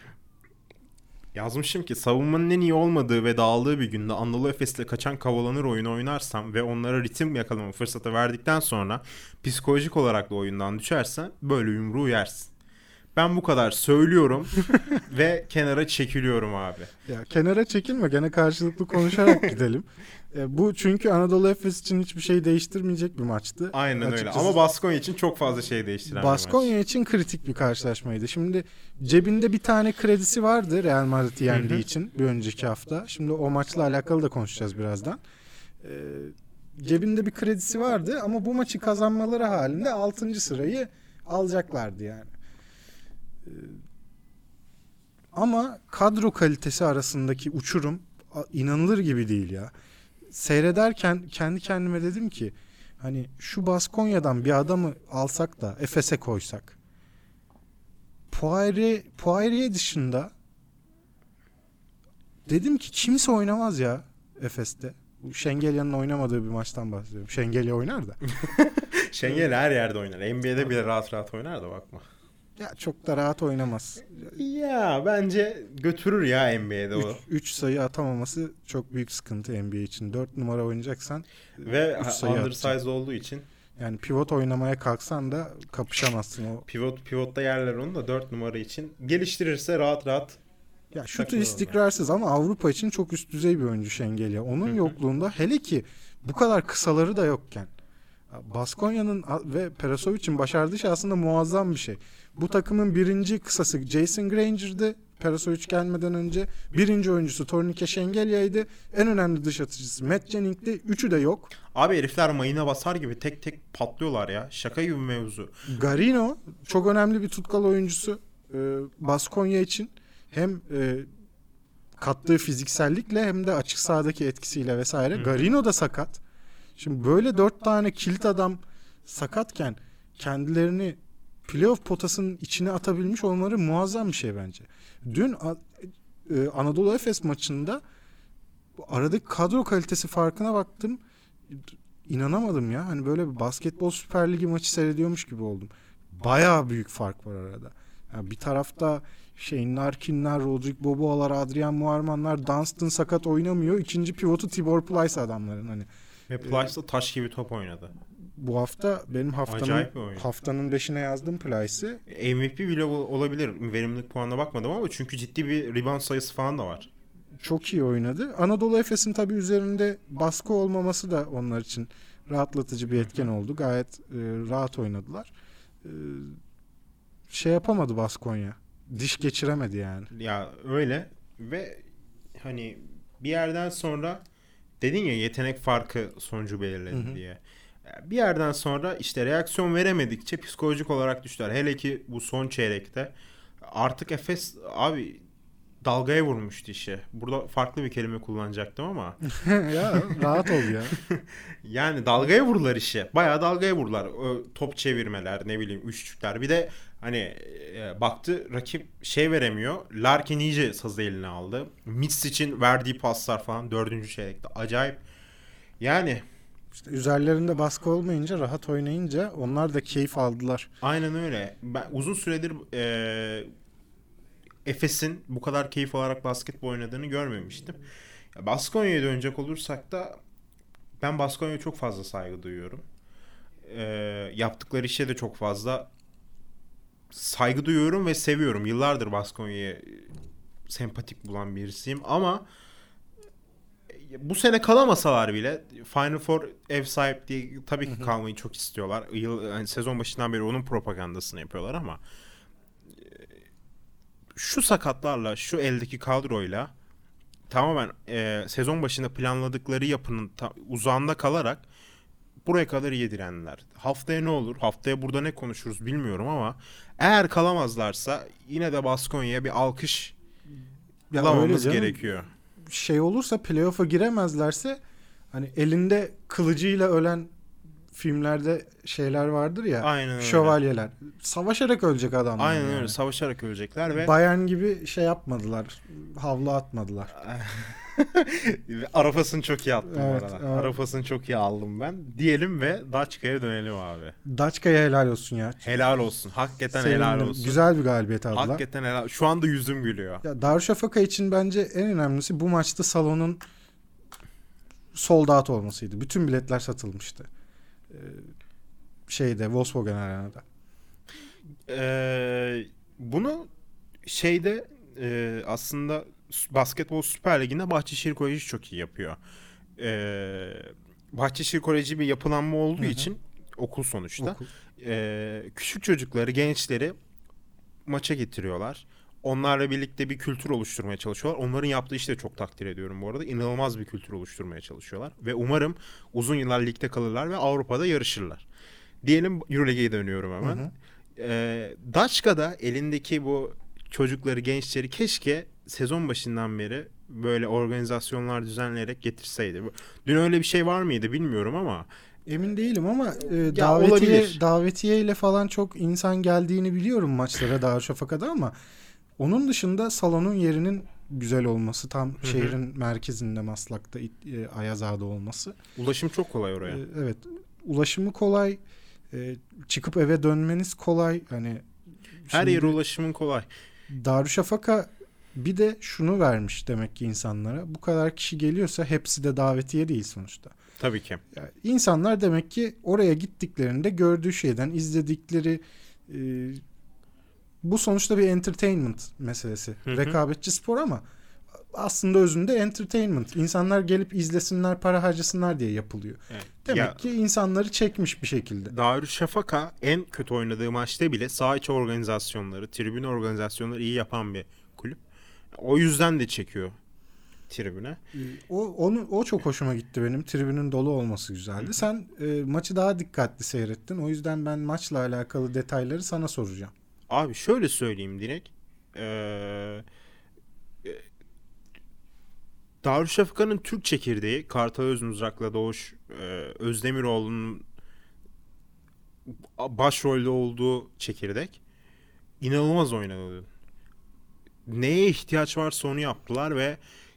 S1: Yazmışım ki savunmanın en iyi olmadığı ve dağıldığı bir günde Anadolu Efes'le kaçan kovalanır oyunu oynarsam ve onlara ritim yakalama fırsatı verdikten sonra psikolojik olarak da oyundan düşersen böyle yumruğu yersin. Ben bu kadar söylüyorum ve kenara çekiliyorum abi.
S2: Ya kenara çekilme, gene karşılıklı konuşarak gidelim. E, bu çünkü Anadolu Efes için hiçbir şey değiştirmeyecek bir maçtı.
S1: Aynen öyle.
S2: Açıkçası
S1: Ama Baskonya için çok fazla şey değiştiren
S2: Baskonya
S1: bir maç.
S2: için kritik bir karşılaşmaydı. Şimdi cebinde bir tane kredisi vardı Real Madrid'i yendiği için bir önceki hafta. Şimdi o maçla alakalı da konuşacağız birazdan. Ee, cebinde bir kredisi vardı ama bu maçı kazanmaları halinde altıncı sırayı alacaklardı yani. Ee, ama kadro kalitesi arasındaki uçurum inanılır gibi değil ya. Seyrederken kendi kendime dedim ki hani şu Baskonya'dan bir adamı alsak da Efes'e koysak. Poirier, Poirier dışında dedim ki kimse oynamaz ya Efes'te. Şengelya'nın oynamadığı bir maçtan bahsediyorum. Şengelya oynar da.
S1: Şengel her yerde oynar. N B A'de bile rahat rahat oynar da bakma.
S2: Ya çok da rahat oynamaz.
S1: Ya bence götürür ya N B A'de o.
S2: üç sayı atamaması çok büyük sıkıntı N B A için. dört numara oynayacaksan
S1: ve undersize
S2: atacaksın.
S1: olduğu için.
S2: Yani pivot oynamaya kalksan da kapışamazsın o.
S1: Pivot pivotta yerler onu da dört numara için. Geliştirirse rahat rahat.
S2: Ya şutu istikrarsız ama Avrupa için çok üst düzey bir oyuncu Şengelya. Onun yokluğunda hele ki bu kadar kısaları da yokken Baskonya'nın ve Perasovic'in başardığı şey aslında muazzam bir şey. Bu takımın birinci kısası Jason Granger'dı. Perasovic gelmeden önce birinci oyuncusu Tornike Şengelya'ydı. En önemli dış atıcısı Matt Jenning'ti. Üçü de yok.
S1: Abi herifler mayına basar gibi tek tek patlıyorlar ya. Şaka gibi mevzu.
S2: Garino çok önemli bir tutkal oyuncusu e, Baskonya için. Hem e, kattığı fiziksellikle hem de açık sahadaki etkisiyle vesaire. Hı. Garino da sakat. Şimdi böyle dört tane kilit adam sakatken kendilerini playoff potasının içine atabilmiş olmaları muazzam bir şey bence. Dün e, Anadolu Efes maçında aradaki kadro kalitesi farkına baktım. İnanamadım ya. Hani böyle bir basketbol Süper Ligi maçı seyrediyormuş gibi oldum. Bayağı büyük fark var arada. Yani bir tarafta Shane Larkin'ler, Rodrik Boboa'lar, Adrian Muarman'lar, Dunstan sakat oynamıyor. İkinci pivotu Tibor Plyce adamların hani.
S1: Ve Plyce da taş gibi top oynadı.
S2: Bu hafta benim haftanın haftanın beşine yazdım Plyce'i.
S1: M V P bile olabilir. Verimlilik puanına bakmadım ama çünkü ciddi bir rebound sayısı falan da var.
S2: Çok iyi oynadı. Anadolu Efes'in tabii üzerinde baskı olmaması da onlar için rahatlatıcı bir etken oldu. Gayet e, rahat oynadılar. E, şey yapamadı Baskonya. Diş geçiremedi yani.
S1: Ya öyle ve hani bir yerden sonra dedin ya yetenek farkı sonucu belirledi hı hı. diye. Bir yerden sonra işte reaksiyon veremedikçe psikolojik olarak düştüler. Hele ki bu son çeyrekte artık Efes abi dalgaya vurmuştu işi. Burada farklı bir kelime kullanacaktım ama.
S2: ya rahat ol ya.
S1: Yani dalgaya vurdular işi. Bayağı dalgaya vurdular. O top çevirmeler, ne bileyim üçlükler. Bir de hani e, baktı rakip şey veremiyor. Larkin iyice sazı eline aldı. Mitch için verdiği paslar falan dördüncü çeyrekte. Acayip. Yani
S2: İşte üzerlerinde baskı olmayınca, rahat oynayınca onlar da keyif aldılar.
S1: Aynen öyle. Ben uzun süredir e, Efes'in bu kadar keyif alarak basketbol oynadığını görmemiştim. Baskonya'ya dönecek olursak da ben Baskonya'ya çok fazla saygı duyuyorum. E, yaptıkları işe de çok fazla saygı duyuyorum ve seviyorum. Yıllardır Baskonya'yı sempatik bulan birisiyim ama bu sene kalamasalar bile Final Four ev sahipliği tabii ki kalmayı çok istiyorlar. Yıl, yani sezon başından beri onun propagandasını yapıyorlar ama şu sakatlarla, şu eldeki kadroyla tamamen e, sezon başında planladıkları yapının ta, uzağında kalarak buraya kadar iyi direndiler. Haftaya ne olur? Haftaya burada ne konuşuruz bilmiyorum ama eğer kalamazlarsa yine de Baskonya'ya bir alkış yapmamız gerekiyor.
S2: Şey olursa playoff'a giremezlerse hani elinde kılıcıyla ölen filmlerde şeyler vardır ya.
S1: Aynen öyle.
S2: Şövalyeler. Savaşarak ölecek adamlar.
S1: Aynen
S2: yani.
S1: öyle. Savaşarak ölecekler ve
S2: Bayern gibi şey yapmadılar. Havlu atmadılar.
S1: Arafasını çok iyi attım
S2: evet,
S1: bu arada.
S2: Evet.
S1: Arafasını çok iyi aldım ben. Diyelim ve Daçka'ya dönelim abi.
S2: Daçka'ya helal olsun ya.
S1: Helal olsun. Hakikaten
S2: Sevindim.
S1: helal olsun.
S2: Güzel bir galibiyet aldılar.
S1: Hakikaten helal. Şu anda yüzüm gülüyor.
S2: Ya Darüşşafaka için bence en önemlisi bu maçta salonun sold out olmasıydı. Bütün biletler satılmıştı. Ee, şeyde Volkswagen Arena'da.
S1: Ee, Bunu şeyde e, aslında basketbol Süper Ligi'nde Bahçeşehir Koleji çok iyi yapıyor. E, Bahçeşehir Koleji bir yapılanma olduğu Hı-hı. için okul sonuçta. Okul. E, küçük çocukları, gençleri maça getiriyorlar. Onlarla birlikte bir kültür oluşturmaya çalışıyorlar. Onların yaptığı işi de çok takdir ediyorum bu arada. İnanılmaz bir kültür oluşturmaya çalışıyorlar. Ve umarım uzun yıllar ligde kalırlar ve Avrupa'da yarışırlar. Diyelim Euroleague'ye dönüyorum hemen. Hı hı. Ee, Daçka'da elindeki bu çocukları, gençleri keşke sezon başından beri böyle organizasyonlar düzenleyerek getirseydi. Dün öyle bir şey var mıydı bilmiyorum ama...
S2: Emin değilim ama e, davetiye, davetiye ile falan çok insan geldiğini biliyorum maçlara Darüşşafaka'da ama onun dışında salonun yerinin güzel olması, tam Hı-hı. şehrin merkezinde Maslak'ta, e, Ayaz Ağa'da olması.
S1: Ulaşım çok kolay oraya.
S2: E, evet. Ulaşımı kolay. E, çıkıp eve dönmeniz kolay. Hani
S1: her yere ulaşımın kolay.
S2: Darüşşafaka bir de şunu vermiş demek ki insanlara. Bu kadar kişi geliyorsa hepsi de davetiye değil sonuçta.
S1: Tabii ki.
S2: Yani insanlar demek ki oraya gittiklerinde gördüğü şeyden, izledikleri e, bu sonuçta bir entertainment meselesi. Hı hı. Rekabetçi spor ama aslında özünde entertainment. İnsanlar gelip izlesinler, para harcasınlar diye yapılıyor. Evet. Demek ya, ki insanları çekmiş bir şekilde.
S1: Darüşşafaka en kötü oynadığı maçta bile saha içi organizasyonları, tribün organizasyonları iyi yapan bir kulüp. O yüzden de çekiyor tribüne.
S2: O onu o çok hoşuma gitti benim. Tribünün dolu olması güzeldi. Hı-hı. Sen e, maçı daha dikkatli seyrettin. O yüzden ben maçla alakalı detayları sana soracağım.
S1: Abi şöyle söyleyeyim direkt. Ee, Darüşşafaka'nın Türk çekirdeği Kartal Özmızrak'la Doğuş e, Özdemiroğlu'nun başrolde olduğu çekirdek inanılmaz oynadı. Neye ihtiyaç varsa onu yaptılar ve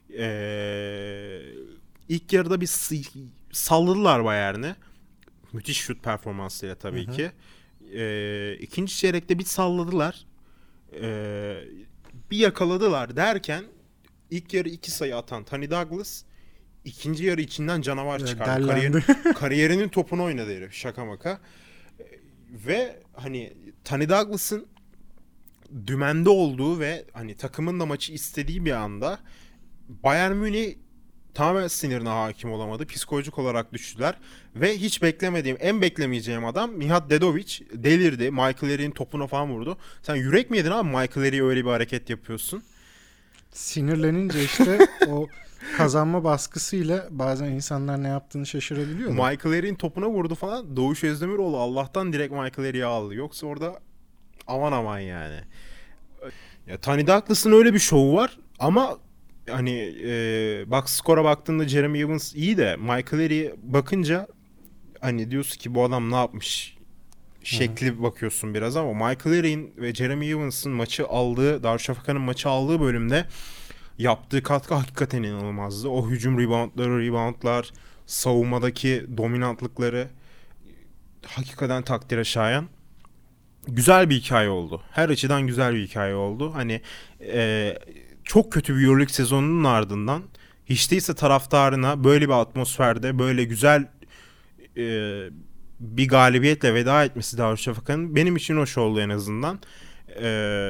S1: Ee, ilk yarıda bir salladılar Bayern'i. Müthiş şut performansıyla tabii hı hı. ki. Ee, ikinci çeyrekte bir salladılar. Ee, bir yakaladılar derken ilk yarı iki sayı atan Tony Douglas ikinci yarı içinden canavar evet, çıkardı. Kariyer, kariyerinin topunu oynadı herif. Şaka maka. Ee, ve hani Tony Douglas'ın dümende olduğu ve hani takımın da maçı istediği bir anda Bayern Münih tamamen sinirine hakim olamadı. Psikolojik olarak düştüler. Ve hiç beklemediğim, en beklemeyeceğim adam Mihat Dedovic delirdi. Michael Erik'in topuna falan vurdu. Sen yürek mi yedin abi Michael Erik'e öyle bir hareket yapıyorsun?
S2: Sinirlenince işte o kazanma baskısıyla bazen insanlar ne yaptığını şaşırabiliyor.
S1: Michael Erik'in topuna vurdu falan. Doğuş Özdemiroğlu Allah'tan direkt Michael Erik'i aldı. Yoksa orada aman aman yani. Ya Tony Douglas'ın öyle bir şovu var ama hani e, box score'a baktığında Jeremy Evans iyi de Michael Erik'e bakınca hani diyorsun ki bu adam ne yapmış şekli Hı-hı. bakıyorsun biraz ama Michael Erik'in ve Jeremy Evans'ın maçı aldığı, Darüşşafaka'nın maçı aldığı bölümde yaptığı katkı hakikaten inanılmazdı. O hücum reboundları, reboundlar, savunmadaki dominantlıkları hakikaten takdire şayan. Güzel bir hikaye oldu. Her açıdan güzel bir hikaye oldu. Hani e, çok kötü bir Euroleague sezonunun ardından hiç değilse taraftarına böyle bir atmosferde böyle güzel e, bir galibiyetle veda etmesi Darüşşafaka'nın benim için hoş oldu en azından. E,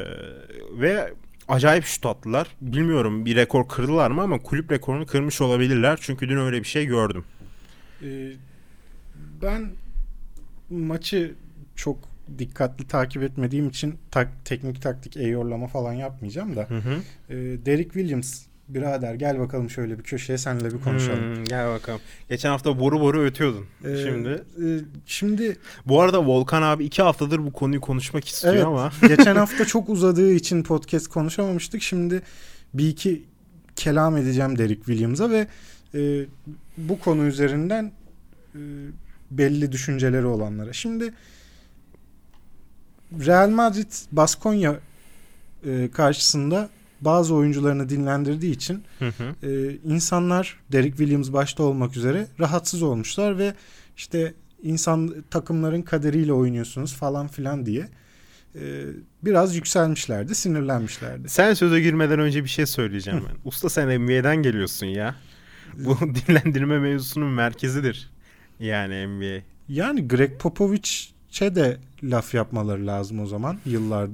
S1: ve acayip şut attılar. Bilmiyorum bir rekor kırdılar mı ama kulüp rekorunu kırmış olabilirler. Çünkü dün öyle bir şey gördüm.
S2: Ee, ben maçı çok dikkatli takip etmediğim için tak, teknik taktik eyorlama falan yapmayacağım da. Hı hı. E, Derek Williams birader gel bakalım şöyle bir köşeye seninle bir konuşalım.
S1: Hmm, gel bakalım. Geçen hafta boru boru ötüyordun. Ee, şimdi
S2: e, şimdi
S1: bu arada Volkan abi iki haftadır bu konuyu konuşmak istiyor
S2: evet,
S1: ama.
S2: Geçen hafta çok uzadığı için podcast konuşamamıştık. Şimdi bir iki kelam edeceğim Derek Williams'a ve e, bu konu üzerinden e, belli düşünceleri olanlara. Şimdi Real Madrid Baskonya e, karşısında bazı oyuncularını dinlendirdiği için hı hı. E, insanlar Derek Williams başta olmak üzere rahatsız olmuşlar ve işte insan takımların kaderiyle oynuyorsunuz falan filan diye e, biraz yükselmişlerdi, sinirlenmişlerdi.
S1: Sen söze girmeden önce bir şey söyleyeceğim ben. Usta sen N B A'den geliyorsun ya. Bu dinlendirme mevzusunun merkezidir. Yani N B A.
S2: Yani Greg Popovich'e de laf yapmaları lazım o zaman yıllardır.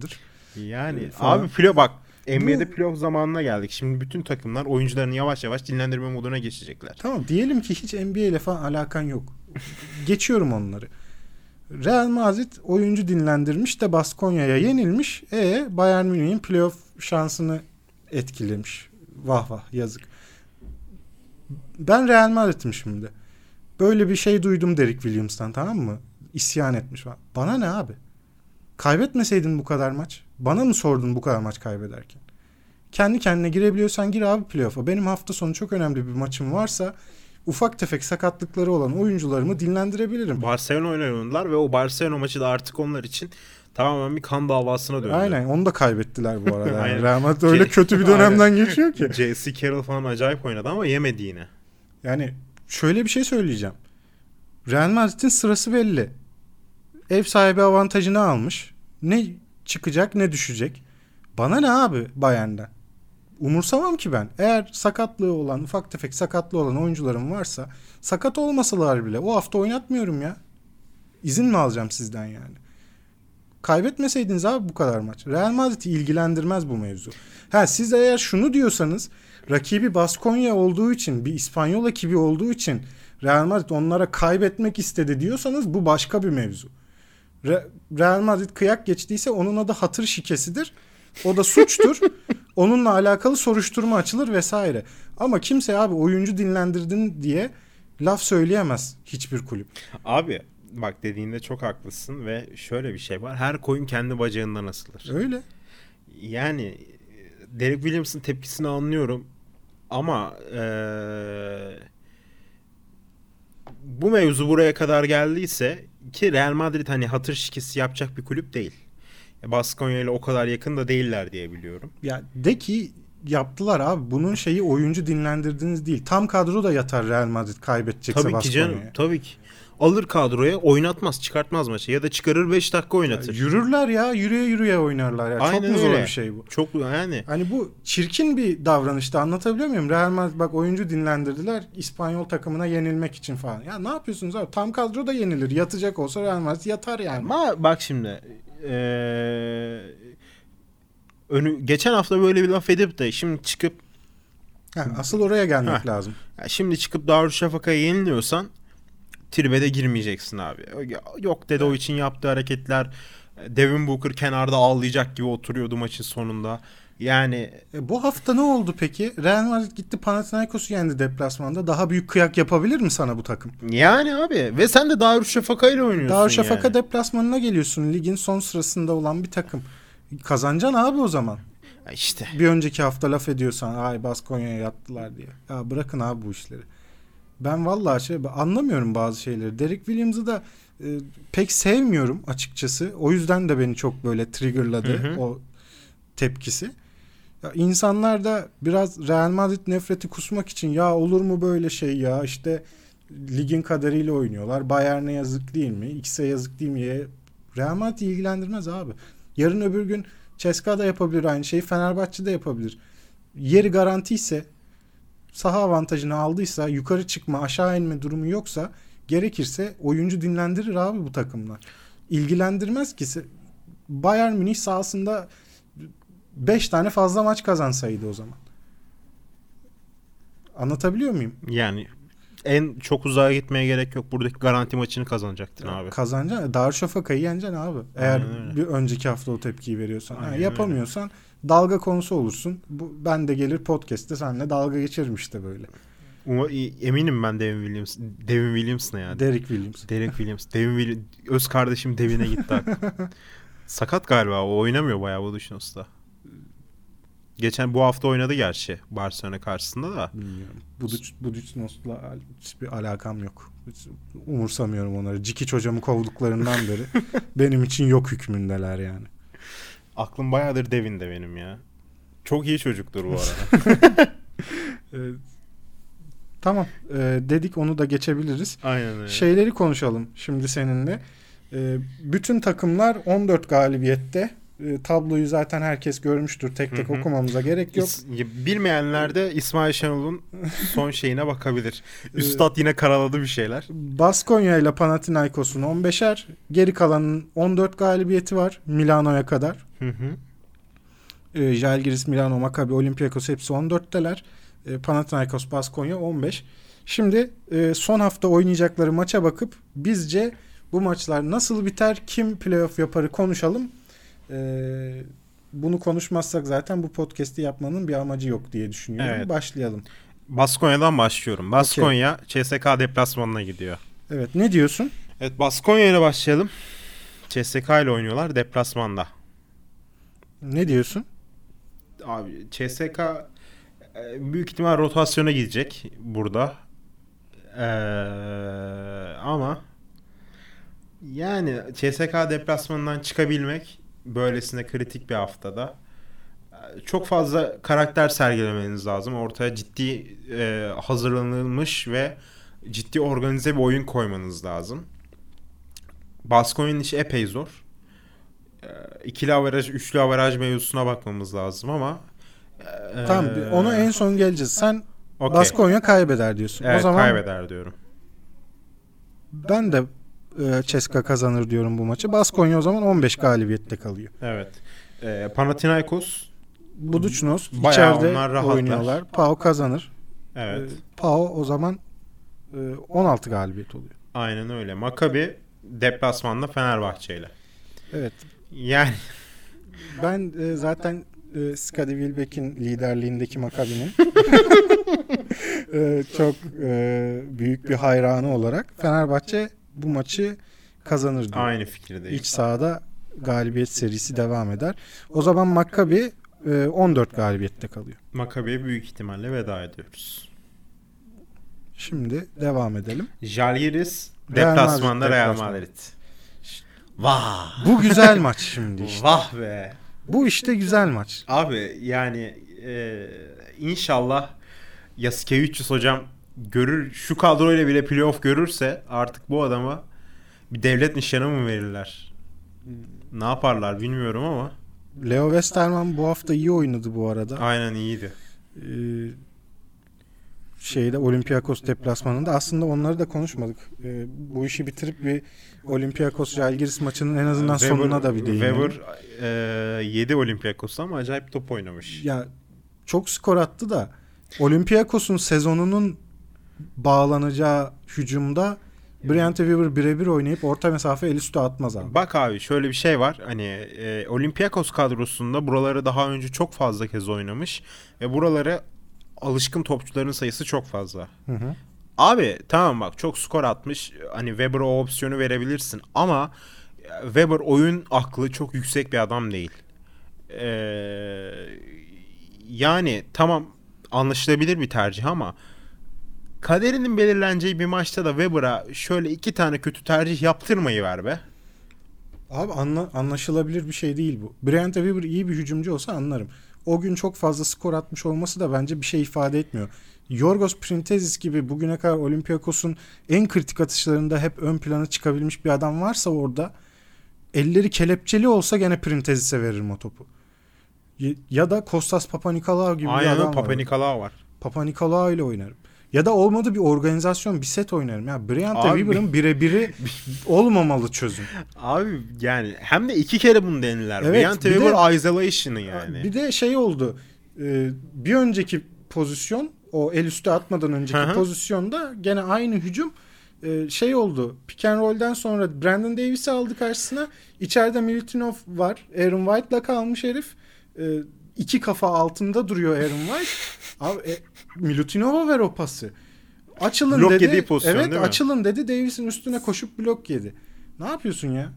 S1: Yani
S2: falan.
S1: abi playoff bak N B A'de
S2: Bu-
S1: playoff zamanına geldik. Şimdi bütün takımlar oyuncularını yavaş yavaş dinlendirme moduna geçecekler.
S2: Tamam, diyelim ki hiç N B A ile falan alakan yok. Geçiyorum onları. Real Madrid oyuncu dinlendirmiş de Baskonya'ya yenilmiş. E Bayern Münih'in playoff şansını etkilemiş. Vah vah, yazık. Ben Real Madrid'im şimdi. Böyle bir şey duydum Derek Williams'tan, tamam mı? İsyan etmiş falan. Bana ne abi? Kaybetmeseydin bu kadar maç. Bana mı sordun bu kadar maç kaybederken? Kendi kendine girebiliyorsan gir abi playoff'a. Benim hafta sonu çok önemli bir maçım varsa ufak tefek sakatlıkları olan oyuncularımı dinlendirebilirim.
S1: Barcelona oynadılar ve o Barcelona maçı da artık onlar için tamamen bir kan davasına döndü.
S2: Aynen, onu da kaybettiler bu arada.
S1: Aynen.
S2: Yani. Real Madrid öyle kötü bir dönemden geçiyor ki.
S1: J C Carroll falan acayip oynadı ama yemedi yine.
S2: Yani şöyle bir şey söyleyeceğim. Real Madrid'in sırası belli. Ev sahibi avantajını almış. Ne çıkacak ne düşecek. Bana ne abi Bayern'den? Umursamam ki ben. Eğer sakatlığı olan, ufak tefek sakatlığı olan oyuncularım varsa, sakat olmasalar bile o hafta oynatmıyorum ya. İzin mi alacağım sizden yani? Kaybetmeseydiniz abi bu kadar maç. Real Madrid'i ilgilendirmez bu mevzu. Ha, siz eğer şunu diyorsanız, rakibi Baskonya olduğu için, bir İspanyol ekibi olduğu için Real Madrid onlara kaybetmek istedi diyorsanız, bu başka bir mevzu. Re- Real Madrid kıyak geçtiyse onun adı hatır şikesidir. O da suçtur. Onunla alakalı soruşturma açılır vesaire. Ama kimse abi oyuncu dinlendirdin diye laf söyleyemez hiçbir kulüp.
S1: Abi bak dediğinde çok haklısın ve şöyle bir şey var. Her koyun kendi bacağından asılır.
S2: Öyle.
S1: Yani Derek Williams'ın tepkisini anlıyorum ama ee, bu mevzu buraya kadar geldiyse, ki Real Madrid hani hatır şikesi yapacak bir kulüp değil. Baskonya ile o kadar yakın da değiller diye biliyorum.
S2: Ya de ki yaptılar abi. Bunun şeyi oyuncu dinlendirdiniz değil. Tam kadro da yatar Real Madrid kaybedecekse
S1: Tabii ki canım,
S2: Baskonya'ya.
S1: tabii ki. Alır kadroya, oynatmaz, çıkartmaz maçı ya da çıkarır beş dakika oynatır.
S2: Ya yürürler ya. Yürüye yürüye oynarlar ya.
S1: Aynen
S2: Çok mu zor
S1: öyle.
S2: bir şey bu?
S1: Çok yani.
S2: Hani bu çirkin bir davranıştı, anlatabiliyor muyum? Real Madrid bak oyuncu dinlendirdiler İspanyol takımına yenilmek için falan. Ya ne yapıyorsunuz abi? Tam kadro da yenilir. Yatacak olsa Real Madrid yatar yani.
S1: Ama bak şimdi ee, önü, geçen hafta böyle bir laf edip de şimdi çıkıp
S2: Ha, asıl oraya gelmek
S1: Heh.
S2: lazım.
S1: ya şimdi çıkıp Darüşşafaka'ya yeniliyorsan tribe de girmeyeceksin abi. Yok dedi o için yaptığı hareketler, Devin Booker kenarda ağlayacak gibi oturuyordu maçın sonunda. Yani
S2: E, bu hafta ne oldu peki? Real Madrid gitti Panathinaikos'u yendi deplasmanda. Daha büyük kıyak yapabilir mi sana bu takım?
S1: yani abi ve sen de Darüşşafaka ile oynuyorsun
S2: Darüşşafaka
S1: yani.
S2: deplasmanına geliyorsun. Ligin son sırasında olan bir takım. Kazanacaksın abi o zaman.
S1: Ya İşte.
S2: Bir önceki hafta laf ediyorsan ay Baskonya'ya yattılar diye. Ya bırakın abi bu işleri. Ben vallahi şey anlamıyorum bazı şeyleri. Derek Williams'ı da e, pek sevmiyorum açıkçası. O yüzden de beni çok böyle triggerladı
S1: Hı hı.
S2: o tepkisi. Ya insanlar da biraz Real Madrid nefreti kusmak için ya olur mu böyle şey ya işte ligin kaderiyle oynuyorlar. Bayern'e yazık değil mi? X'e yazık değil mi? diye. Real Madrid ilgilendirmez abi. Yarın öbür gün C S K A da yapabilir aynı şeyi. Fenerbahçe de yapabilir. Yeri garantiyse, saha avantajını aldıysa, yukarı çıkma aşağı inme durumu yoksa gerekirse oyuncu dinlendirir abi bu takımlar. İlgilendirmez ki. Bayern Münih sahasında beş tane fazla maç kazansaydı o zaman. Anlatabiliyor muyum?
S1: Yani en çok uzağa gitmeye gerek yok. Buradaki garanti maçını kazanacaktın abi.
S2: Kazanacaksın. Darüşşafaka'yı yeneceksin abi. Eğer
S1: Aynen öyle.
S2: bir önceki hafta o tepkiyi veriyorsan.
S1: Aynen
S2: Ha,
S1: öyle.
S2: yapamıyorsan dalga konusu olursun. Bu, ben de gelir podcast'te seninle dalga geçerim işte böyle.
S1: Uma- eminim ben Devin Williams, Devin Williams'ına ya.
S2: Derek Williams.
S1: Derek Williams. Devin Williams. Öz kardeşim Devin'e gitti aklı. Sakat galiba. O oynamıyor bayağı bu Buduşnos'ta. Geçen bu hafta oynadı gerçi Barcelona karşısında da.
S2: Bilmiyorum. Buduc, Buducnos'la hiçbir alakam yok. Hiç umursamıyorum onları. Cikiç hocamı kovduklarından beri benim için yok hükmündeler yani.
S1: Aklım bayağıdır Devin'de benim ya. Çok iyi çocuktur bu arada.
S2: Ee, tamam. Ee, dedik, onu da geçebiliriz.
S1: Aynen öyle.
S2: Şeyleri konuşalım şimdi seninle. Ee, bütün takımlar on dört galibiyette. Ee, tabloyu zaten herkes görmüştür. Tek tek
S1: Hı hı.
S2: okumamıza gerek yok.
S1: İs- bilmeyenler de İsmail Şenol'un son şeyine bakabilir. Üstad yine karaladı bir şeyler.
S2: Baskonya ile Panathinaikos'un on beşer. Geri kalanın on dört galibiyeti var Milano'ya kadar.
S1: Hı hı.
S2: E, Žalgiris, Milano, Maccabi, Olympiakos hepsi on dörtteler. E, Panathinaikos, Baskonya on beş. Şimdi e, son hafta oynayacakları maça bakıp bizce bu maçlar nasıl biter, kim playoff yaparı konuşalım. E, bunu konuşmazsak zaten bu podcast'i yapmanın bir amacı yok diye düşünüyorum.
S1: Evet.
S2: Başlayalım.
S1: Baskonya'dan başlıyorum. Baskonya okay. C S K deplasmanına gidiyor.
S2: Evet, ne diyorsun?
S1: Evet, Baskonya ile başlayalım. C S K ile oynuyorlar deplasmanda.
S2: Ne diyorsun?
S1: Abi C S K büyük ihtimal rotasyona gidecek burada. Ee, ama yani C S K deplasmanından çıkabilmek böylesine kritik bir haftada çok fazla karakter sergilemeniz lazım. Ortaya ciddi e, hazırlanılmış ve ciddi organize bir oyun koymanız lazım. Baskonya'nın işi epey zor. E, ikili averaj, üçlü averaj mevzusuna bakmamız lazım ama e,
S2: tamam, ona en son geleceğiz. Sen
S1: okay.
S2: Baskonya kaybeder diyorsun.
S1: Evet,
S2: o zaman
S1: kaybeder diyorum.
S2: Ben de e, C S K kazanır diyorum bu maçı. Baskonya o zaman on beş galibiyette kalıyor.
S1: Evet. E, Panathinaikos,
S2: Budućnost
S1: bayağı
S2: içeride
S1: onlar rahatlar.
S2: oynuyorlar. Pau kazanır.
S1: Evet.
S2: E, Pau o zaman e, on altı galibiyet oluyor.
S1: Aynen öyle. Maccabi deplasmanda Fenerbahçe ile.
S2: Evet.
S1: Yani
S2: ben e, zaten e, Skadi Wilbeck'in liderliğindeki Maccabi'nin e, çok e, büyük bir hayranı olarak Fenerbahçe bu maçı kazanır diyor.
S1: Aynı fikirdeyim.
S2: İç sahada galibiyet serisi devam eder. O zaman Maccabi e, on dört galibiyette kalıyor.
S1: Maccabi'ye büyük ihtimalle veda ediyoruz.
S2: Şimdi devam edelim.
S1: Žalgiris
S2: Real
S1: deplasmanda
S2: Madrid,
S1: Real
S2: deplasman.
S1: Madrid. Vah.
S2: Bu güzel maç şimdi işte.
S1: Vah be.
S2: Bu işte güzel maç.
S1: Abi yani e, inşallah Yasikevicius hocam görür, şu kadroyla bile playoff görürse artık bu adama bir devlet nişanı mı verirler? Ne yaparlar bilmiyorum ama.
S2: Leo Westerman bu hafta iyi oynadı bu arada.
S1: Aynen iyiydi.
S2: Ee, şeyde Olympiakos deplasmanında aslında onları da konuşmadık. Ee, bu işi bitirip bir Olympiakos Žalgiris maçının en azından
S1: Weber,
S2: sonuna da bir değinelim.
S1: Weber e, yedi Olympiakos'ta ama acayip top oynamış.
S2: Ya çok skor attı da Olympiakos'un sezonunun bağlanacağı hücumda Bryant Weber birebir oynayıp orta mesafe el üstü atmaz abi.
S1: Bak abi şöyle bir şey var. Hani e, Olympiakos kadrosunda buraları daha önce çok fazla kez oynamış ve buraları alışkın topçuların sayısı çok fazla.
S2: Hı hı.
S1: Abi tamam bak çok skor atmış. Hani Weber'a o opsiyonu verebilirsin ama Weber oyun aklı çok yüksek bir adam değil. Ee, yani tamam anlaşılabilir bir tercih ama kaderinin belirleneceği bir maçta da Weber'a şöyle iki tane kötü tercih yaptırmayı ver be.
S2: Abi anla, anlaşılabilir bir şey değil bu. Bryant Weber iyi bir hücumcu olsa anlarım. O gün çok fazla skor atmış olması da bence bir şey ifade etmiyor. Yorgos Printezis gibi bugüne kadar Olympiakos'un en kritik atışlarında hep ön plana çıkabilmiş bir adam varsa orada elleri kelepçeli olsa gene Printezis'e veririm o topu. Ya da Kostas Papanikolaou gibi
S1: Aynen,
S2: bir adam var.
S1: Papanikolaou var.
S2: Papanikolaou ile oynarım. Ya da olmadı bir organizasyon, bir set oynarım. Ya Bryant Weber'ın birebiri olmamalı çözüm.
S1: Abi yani hem de iki kere bunu denediler.
S2: Evet,
S1: Bryant Weber isolation'ı yani.
S2: Bir de şey oldu. Bir önceki pozisyon, o el üstü atmadan önceki Hı-hı. pozisyonda gene aynı hücum şey oldu. Pick and roll'den sonra Brandon Davis'i aldı karşısına. İçeride Milutinov var. Aaron White'la kalmış herif. İki kafa altında duruyor Aaron White. Abi e, Milutinov'a ver o pası. Açılın
S1: blok
S2: dedi.
S1: Yediği pozisyon,
S2: evet
S1: değil mi?
S2: Açılın dedi. Davis'in üstüne koşup blok yedi. Ne yapıyorsun ya?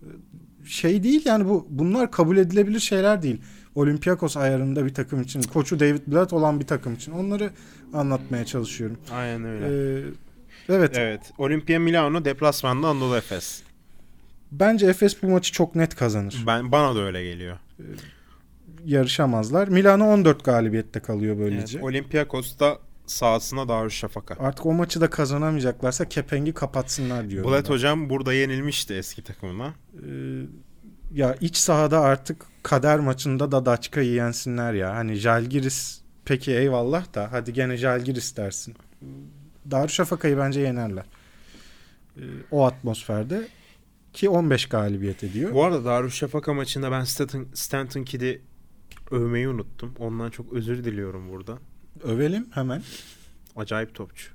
S2: Şey değil yani bu bunlar kabul edilebilir şeyler değil. Olympiakos ayarında bir takım için, koçu David Blatt olan bir takım için onları anlatmaya çalışıyorum.
S1: Aynen öyle.
S2: Ee, evet.
S1: Evet. Olimpia Milano deplasmanda Anadolu Efes.
S2: Bence Efes bu maçı çok net kazanır.
S1: Ben bana da öyle geliyor.
S2: Ee, yarışamazlar. Milano on dört galibiyette kalıyor böylece.
S1: Evet, Olympiakos da sahasına Darüşşafaka.
S2: Artık o maçı da kazanamayacaklarsa kepengi kapatsınlar diyorum.
S1: Bulat hocam burada yenilmişti eski takımına.
S2: Ee, ya iç sahada artık kader maçında da Daçka'yı yensinler ya. Hani Žalgiris peki eyvallah da hadi gene Žalgiris dersin. Darüşşafaka'yı bence yenerler. Ee, o atmosferde ki on beş galibiyet ediyor.
S1: Bu arada Darüşşafaka maçında ben Stanton, Stanton Kid'i övmeyi unuttum. Ondan çok özür diliyorum burada.
S2: Övelim hemen.
S1: Acayip topçu.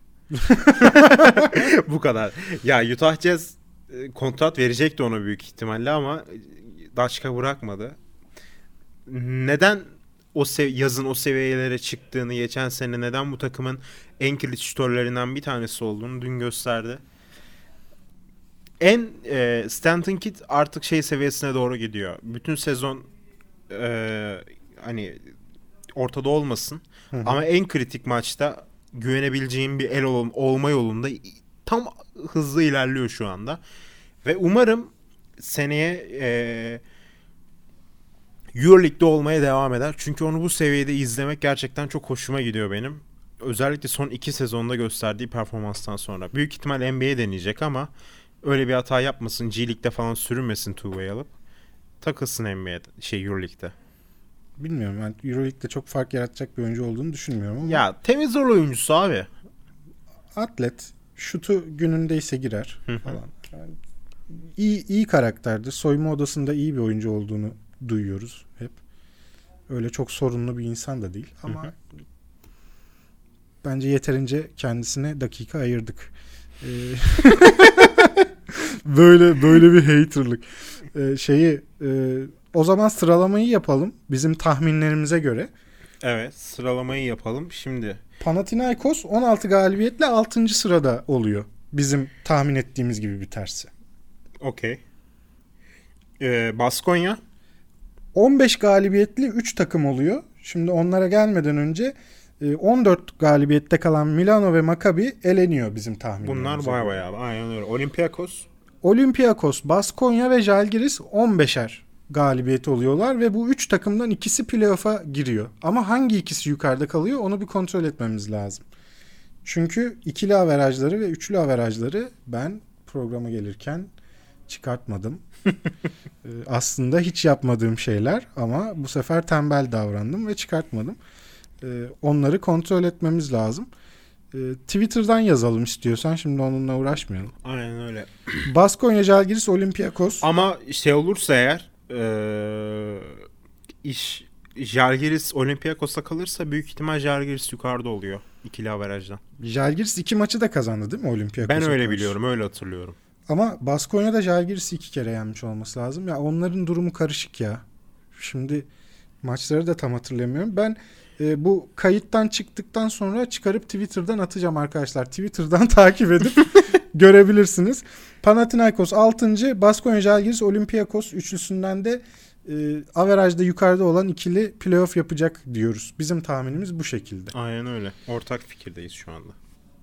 S1: Bu kadar. Ya Utah Jazz kontrat verecekti ona büyük ihtimalle ama Daçka bırakmadı. Neden o sev- yazın o seviyelere çıktığını, geçen sene neden bu takımın en kilit şütörlerinden bir tanesi olduğunu dün gösterdi. En e, Stanton Kidd artık şey seviyesine doğru gidiyor. Bütün sezon e, hani ortada olmasın.
S2: Hı hı.
S1: Ama en kritik maçta güvenebileceğim bir el ol- olma yolunda tam hızlı ilerliyor şu anda. Ve umarım seneye e, Euroleague'de olmaya devam eder. Çünkü onu bu seviyede izlemek gerçekten çok hoşuma gidiyor benim. Özellikle son iki sezonda gösterdiği performanstan sonra. Büyük ihtimal N B A deneyecek ama öyle bir hata yapmasın. G League'de falan sürünmesin two-way alıp. Takılsın N B A'de, şey Euroleague'de.
S2: Bilmiyorum, ben Euroleague'de çok fark yaratacak bir oyuncu olduğunu düşünmüyorum ama.
S1: Ya temiz rol oyuncusu abi.
S2: Atlet, şutu günündeyse girer falan. Yani iyi, iyi karakterdir. Soyunma odasında iyi bir oyuncu olduğunu duyuyoruz hep. Öyle çok sorunlu bir insan da değil ama
S1: Hı hı.
S2: bence yeterince kendisine dakika ayırdık. Ee, böyle böyle bir haterlık. Ee, şeyi e, o zaman sıralamayı yapalım bizim tahminlerimize göre.
S1: Evet, sıralamayı yapalım şimdi.
S2: Panathinaikos on altı galibiyetle altıncı sırada oluyor. Bizim tahmin ettiğimiz gibi bir tersi.
S1: Okey. Ee, Baskonya
S2: on beş galibiyetli üç takım oluyor. Şimdi onlara gelmeden önce on dört galibiyette kalan Milano ve Maccabi eleniyor bizim tahminlerimize.
S1: bunlar baya baya aynen öyle. Olympiakos
S2: Olympiakos, Baskonya ve Žalgiris on beşer galibiyeti oluyorlar ve bu üç takımdan ikisi playoff'a giriyor. Ama hangi ikisi yukarıda kalıyor onu bir kontrol etmemiz lazım. Çünkü ikili averajları ve üçlü averajları ben programa gelirken çıkartmadım. ee, aslında hiç yapmadığım şeyler ama bu sefer tembel davrandım ve çıkartmadım. Ee, onları kontrol etmemiz lazım. Ee, Twitter'dan yazalım istiyorsan. Şimdi onunla uğraşmayalım.
S1: aynen öyle.
S2: Baskonya, Žalgiris, Olympiakos.
S1: Ama şey olursa eğer ee, iş Žalgiris Olympiakos'a kalırsa büyük ihtimal Žalgiris yukarıda oluyor ikili averajdan.
S2: Žalgiris iki maçı da kazandı değil mi Olympiakos'a?
S1: Ben öyle
S2: karşı?
S1: biliyorum, öyle hatırlıyorum.
S2: Ama Baskonya'da Žalgiris'i iki kere yenmiş olması lazım. Ya onların durumu karışık ya. Şimdi maçları da tam hatırlamıyorum. Ben e, bu kayıttan çıktıktan sonra çıkarıp Twitter'dan atacağım arkadaşlar. Twitter'dan takip edip görebilirsiniz. Panathinaikos altıncı, Baskonya, Žalgiris, Olympiakos üçlüsünden de e, averajda yukarıda olan ikili playoff yapacak diyoruz. Bizim tahminimiz bu şekilde.
S1: Aynen öyle. Ortak fikirdeyiz şu anda.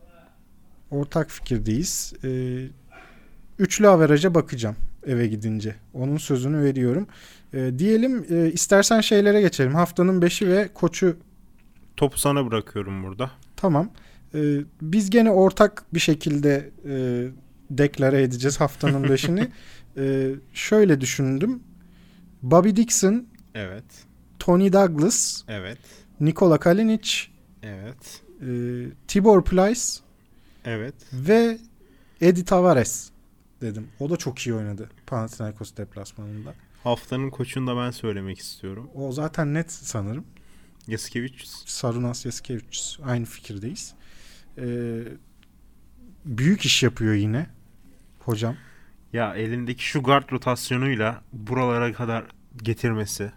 S2: Ortak fikirdeyiz. E, üçlü averaja bakacağım eve gidince. Onun sözünü veriyorum. E, diyelim e, istersen şeylere geçelim. Haftanın beşi ve koçu.
S1: Topu sana bırakıyorum burada.
S2: Tamam. E, biz gene ortak bir şekilde e, deklare edeceğiz haftanın beşini. e, şöyle düşündüm. Bobby Dixon,
S1: Evet.
S2: Tony Douglas,
S1: Evet.
S2: Nikola Kalinic,
S1: Evet.
S2: e, Tibor Plyce
S1: Evet.
S2: ve Eddie Tavares dedim. O da çok iyi oynadı Panathinaikos deplasmanında.
S1: Haftanın koçunu da ben söylemek istiyorum.
S2: O zaten net sanırım.
S1: Jasikevičius.
S2: Sarunas Jasikevičius. Aynı fikirdeyiz. Ee, büyük iş yapıyor yine hocam.
S1: Ya elindeki şu guard rotasyonuyla buralara kadar getirmesi.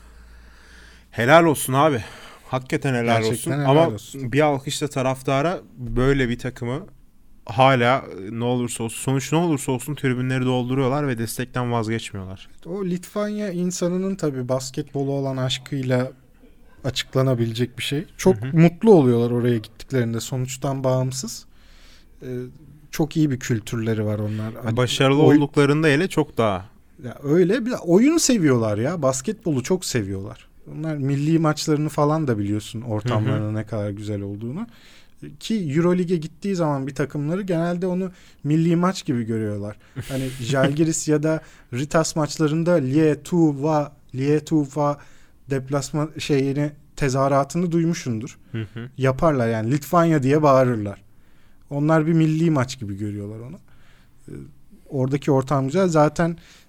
S1: Helal olsun abi. Hakikaten helal
S2: Gerçekten
S1: olsun.
S2: helal
S1: Ama
S2: olsun.
S1: bir alkışla taraftara böyle bir takımı hala ne olursa olsun, sonuç ne olursa olsun tribünleri dolduruyorlar ve destekten vazgeçmiyorlar.
S2: O Litvanya insanının tabii basketbolu olan aşkıyla açıklanabilecek bir şey. Çok
S1: Hı hı.
S2: mutlu oluyorlar oraya gittiklerinde sonuçtan bağımsız. Ee, çok iyi bir kültürleri var onlar. Hani
S1: Başarılı
S2: oy-
S1: olduklarında hele çok daha.
S2: Ya öyle bir oyunu seviyorlar ya. Basketbolu çok seviyorlar. Onlar milli maçlarını falan da biliyorsun ortamlarının ne kadar güzel olduğunu. Ki Euroleague'e gittiği zaman bir takımları genelde onu milli maç gibi görüyorlar. Hani Žalgiris ya da Ritas maçlarında Lietuva Lietuva deplasman şeyini tezahüratını duymuşsundur.
S1: Hı hı.
S2: Yaparlar yani Litvanya diye bağırırlar. Onlar bir milli maç gibi görüyorlar onu. Ee, Oradaki ortam güzel. Zaten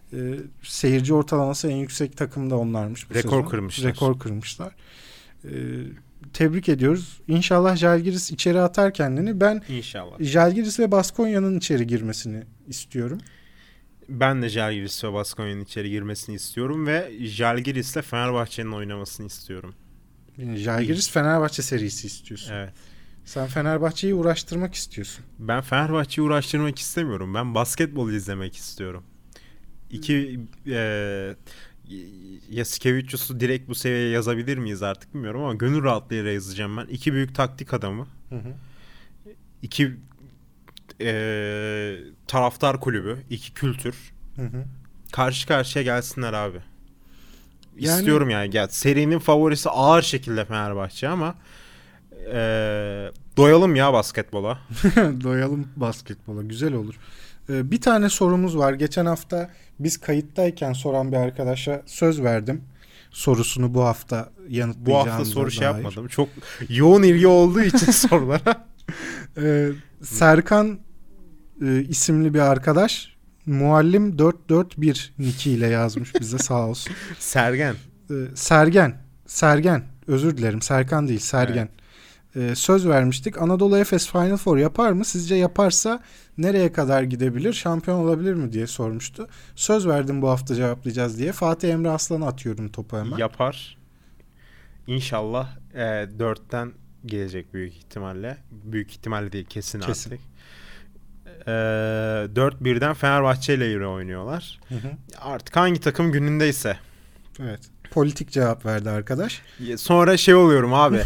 S2: E, seyirci ortalaması en yüksek takım da onlarmış bu
S1: Rekor
S2: sezon.
S1: kırmışlar.
S2: Rekor kırmışlar. E, tebrik ediyoruz. İnşallah Žalgiris içeri atar kendini. Ben
S1: İnşallah.
S2: Žalgiris ve Baskonya'nın içeri girmesini istiyorum.
S1: Ben de Žalgiris ve Baskonya'nın içeri girmesini istiyorum ve Žalgiris'le Fenerbahçe'nin oynamasını istiyorum.
S2: Yani Žalgiris Fenerbahçe serisi istiyorsun.
S1: Evet.
S2: Sen Fenerbahçe'yi uğraştırmak istiyorsun.
S1: Ben Fenerbahçe'yi uğraştırmak istemiyorum. Ben basketbol izlemek istiyorum. İki e, Yasikevicius'u direkt bu seviyeye yazabilir miyiz artık bilmiyorum ama gönül rahatlığıyla yazacağım ben. İki büyük taktik adamı.
S2: Hı hı.
S1: İki e, taraftar kulübü. İki kültür.
S2: Hı hı.
S1: Karşı karşıya gelsinler abi.
S2: Yani-
S1: İstiyorum yani. Gel. Serinin favorisi ağır şekilde Fenerbahçe ama e, doyalım ya basketbola.
S2: Doyalım basketbola. Güzel olur. Ee, bir tane sorumuz var. Geçen hafta biz kayıttayken soran bir arkadaşa söz verdim. Sorusunu bu hafta
S1: Bu
S2: yanıtlayacağımıza
S1: hafta soru şey
S2: dair.
S1: yapmadım. Çok yoğun ilgi olduğu için sorulara.
S2: Ee, Serkan e, isimli bir arkadaş Muallim dört dört bir nickiyle yazmış bize sağ olsun.
S1: Sergen.
S2: Ee, Sergen. Sergen. Özür dilerim. Serkan değil. Sergen. Ee, söz vermiştik. Anadolu Efes Final Four yapar mı? Sizce yaparsa nereye kadar gidebilir? Şampiyon olabilir mi diye sormuştu. Söz verdim bu hafta cevaplayacağız diye. Fatih Emre Aslan'a atıyorum topu hemen.
S1: Yapar. İnşallah e, dörtten gelecek büyük ihtimalle. Büyük ihtimalle değil kesin,
S2: Kesin.
S1: artık. E, dört birden Fenerbahçe ile yine oynuyorlar.
S2: Hı hı.
S1: Artık hangi takım günündeyse.
S2: Evet. Politik cevap verdi arkadaş.
S1: Sonra şey oluyorum abi.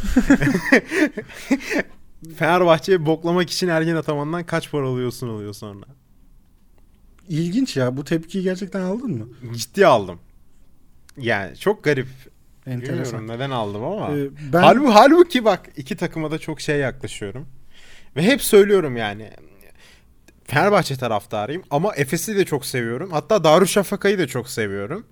S1: Fenerbahçe'yi boklamak için Ergen Ataman'dan kaç para alıyorsun oluyor sonra.
S2: İlginç ya. Bu tepkiyi gerçekten aldın mı?
S1: Ciddi aldım. Yani çok garip.
S2: Enteresan.
S1: Bilmiyorum neden aldım ama.
S2: Ee, ben
S1: Halbuki, halbuki bak iki takıma da çok şey yaklaşıyorum. Ve hep söylüyorum yani. Fenerbahçe taraftarıyım ama Efes'i de çok seviyorum. Hatta Darüşşafaka'yı da çok seviyorum.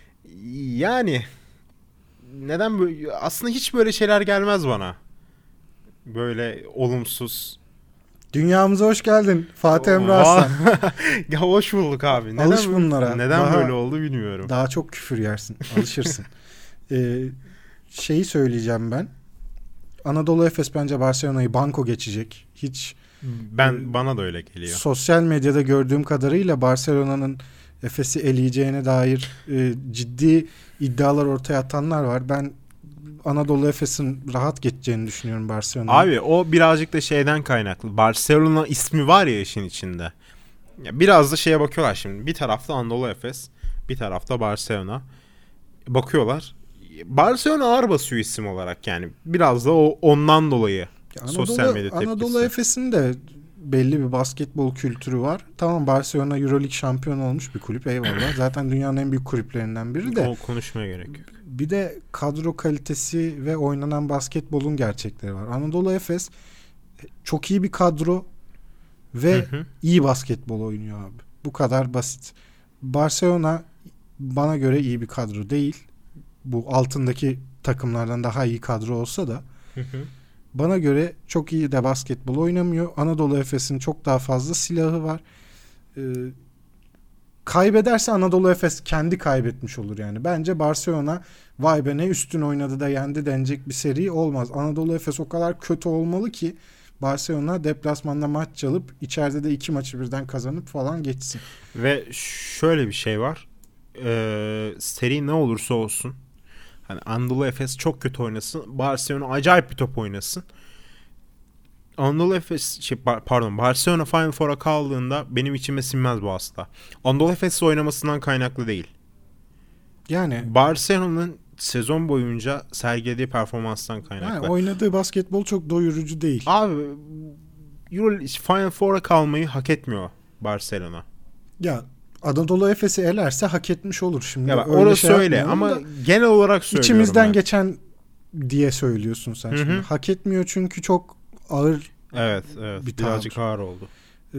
S1: Yani neden böyle, aslında hiç böyle şeyler gelmez bana. Böyle olumsuz.
S2: dünyamıza hoş geldin Fatih Emre Aslan.
S1: Ya hoş bulduk abi. Neden
S2: Alış
S1: böyle-
S2: bunlara.
S1: Neden
S2: Daha-
S1: böyle oldu bilmiyorum.
S2: Daha çok küfür yersin. Alışırsın. ee, şeyi söyleyeceğim ben. Anadolu Efes bence Barcelona'yı banko geçecek. Hiç
S1: Ben bana da öyle geliyor.
S2: sosyal medyada gördüğüm kadarıyla Barcelona'nın Efes'i eleyeceğine dair e, ciddi iddialar ortaya atanlar var. Ben Anadolu Efes'in rahat geçeceğini düşünüyorum Barcelona'ya.
S1: Abi o birazcık da şeyden kaynaklı. Barcelona ismi var ya işin içinde. Ya biraz da şeye bakıyorlar şimdi. Bir tarafta Anadolu Efes, bir tarafta Barcelona. Bakıyorlar. Barcelona ağır basıyor isim olarak yani. Biraz da o ondan dolayı.
S2: Anadolu,
S1: sosyal medya tepkisi.
S2: Anadolu Efes'in de belli bir basketbol kültürü var. Tamam, Barcelona Euroleague şampiyonu olmuş bir kulüp, eyvallah. Zaten dünyanın en büyük kulüplerinden biri de.
S1: O konuşmaya gerek yok.
S2: Bir de kadro kalitesi ve oynanan basketbolun gerçekleri var. Anadolu Efes çok iyi bir kadro ve
S1: Hı hı.
S2: iyi basketbol oynuyor abi. Bu kadar basit. Barcelona bana göre iyi bir kadro değil. Bu altındaki takımlardan daha iyi kadro olsa da
S1: Hı hı.
S2: bana göre çok iyi de basketbol oynamıyor. Anadolu Efes'in çok daha fazla silahı var. Ee, kaybederse Anadolu Efes kendi kaybetmiş olur yani. Bence Barcelona vay be ne üstün oynadı da yendi denecek bir seri olmaz. Anadolu Efes o kadar kötü olmalı ki Barcelona deplasmanda maç çalıp içeride de iki maçı birden kazanıp falan geçsin.
S1: Ve şöyle bir şey var. Ee, seri ne olursa olsun. Hani Anadolu Efes çok kötü oynasın. Barcelona acayip bir top oynasın. Anadolu Efes şey, pardon Barcelona Final Four'a kaldığında benim içime sinmez bu asla. Anadolu Efes'le oynamasından kaynaklı değil.
S2: Yani
S1: Barcelona'nın sezon boyunca sergilediği performanstan kaynaklı.
S2: Yani oynadığı basketbol çok doyurucu değil.
S1: Abi Euro Final Four'a kalmayı hak etmiyor Barcelona.
S2: Ya Anadolu Efes'i elerse hak etmiş olur şimdi.
S1: Ya bak,
S2: öyle
S1: orası
S2: şey
S1: öyle
S2: yapmıyorum
S1: ama
S2: da
S1: genel olarak söylüyorum.
S2: içimizden
S1: ben.
S2: geçen diye söylüyorsun sen
S1: Hı
S2: şimdi.
S1: hı.
S2: Hak etmiyor çünkü çok ağır.
S1: Evet, evet.
S2: bir
S1: Birazcık
S2: tabir.
S1: ağır oldu.
S2: e,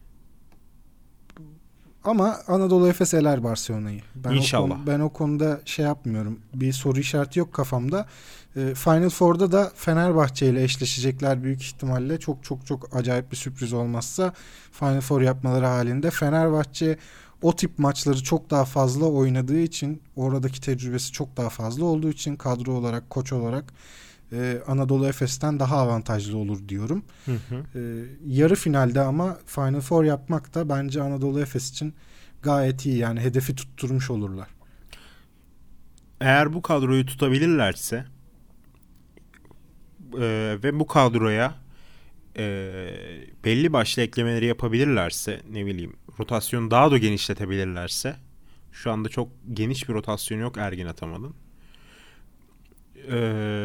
S2: ama Anadolu Efes eler Barcelona'yı. Ben
S1: İnşallah.
S2: O konu, ben o konuda şey yapmıyorum. Bir soru işareti yok kafamda. E, Final Four'da da Fenerbahçe ile eşleşecekler büyük ihtimalle. Çok çok çok acayip bir sürpriz olmazsa Final Four yapmaları halinde. Fenerbahçe o tip maçları çok daha fazla oynadığı için, oradaki tecrübesi çok daha fazla olduğu için kadro olarak, koç olarak e, Anadolu Efes'ten daha avantajlı olur diyorum.
S1: Hı hı.
S2: E, yarı finalde ama Final Four yapmak da bence Anadolu Efes için gayet iyi. Yani hedefi tutturmuş olurlar.
S1: Eğer bu kadroyu tutabilirlerse e, ve bu kadroya e, belli başlı eklemeleri yapabilirlerse, ne bileyim, rotasyonu daha da genişletebilirlerse, şu anda çok geniş bir rotasyon yok Ergin Ataman'ın. E,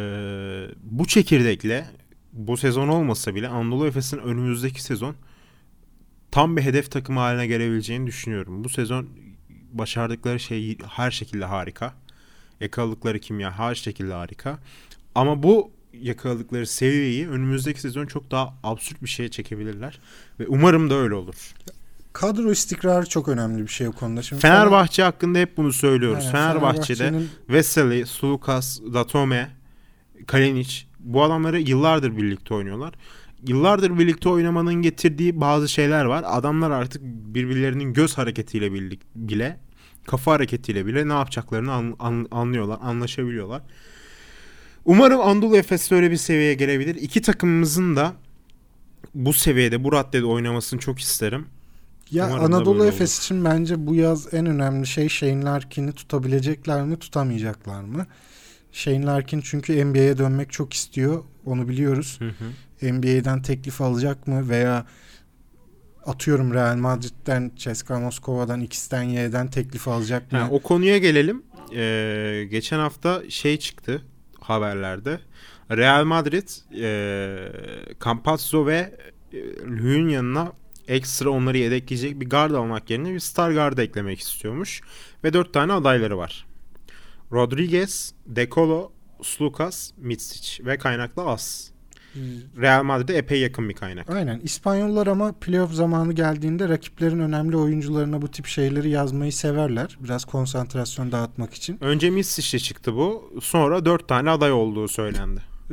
S1: bu çekirdekle bu sezon olmasa bile Anadolu Efes'in önümüzdeki sezon tam bir hedef takımı haline gelebileceğini düşünüyorum. Bu sezon başardıkları şey her şekilde harika. Yakaladıkları kimya her şekilde harika. Ama bu yakaladıkları seviyeyi önümüzdeki sezon çok daha absürt bir şeye çekebilirler. Ve umarım da öyle olur.
S2: Kadro istikrarı çok önemli bir şey o konuda. Şimdi
S1: Fenerbahçe Fener... hakkında hep bunu söylüyoruz.
S2: Aynen,
S1: Fenerbahçe'de
S2: Fenerbahçe'nin...
S1: Veseli, Sulukas, Datome, Kalinic, bu adamları yıllardır birlikte oynuyorlar. Yıllardır birlikte oynamanın getirdiği bazı şeyler var. Adamlar artık birbirlerinin göz hareketiyle birlik, bile, kafa hareketiyle bile ne yapacaklarını an, an, anlıyorlar, anlaşabiliyorlar. Umarım Anadolu Efes öyle bir seviyeye gelebilir. İki takımımızın da bu seviyede, bu raddede oynamasını çok isterim.
S2: Ya
S1: Umarım
S2: Anadolu Efes için bence bu yaz en önemli şey Shane Larkin'i tutabilecekler mi, tutamayacaklar mı? Shane Larkin çünkü N B A'ye dönmek çok istiyor. Onu biliyoruz.
S1: Hı hı.
S2: N B A'den teklif alacak mı veya atıyorum Real Madrid'den, C S K A Moskova'dan, X'ten Y'den teklif alacak mı?
S1: Ha, o konuya gelelim. Ee, geçen hafta şey çıktı haberlerde. Real Madrid e, Campazzo ve e, Luy'un yanına ekstra onları yedekleyecek bir guard almak yerine bir star guard eklemek istiyormuş. Ve dört tane adayları var. Rodriguez, De Colo, Sulukas, Mitsic ve kaynaklı az. Real Madrid'e epey yakın bir kaynak.
S2: Aynen. İspanyollar ama playoff zamanı geldiğinde rakiplerin önemli oyuncularına bu tip şeyleri yazmayı severler. Biraz konsantrasyon dağıtmak için.
S1: Önce Mitsic'le çıktı bu. Sonra dört tane aday olduğu söylendi.
S2: Ee,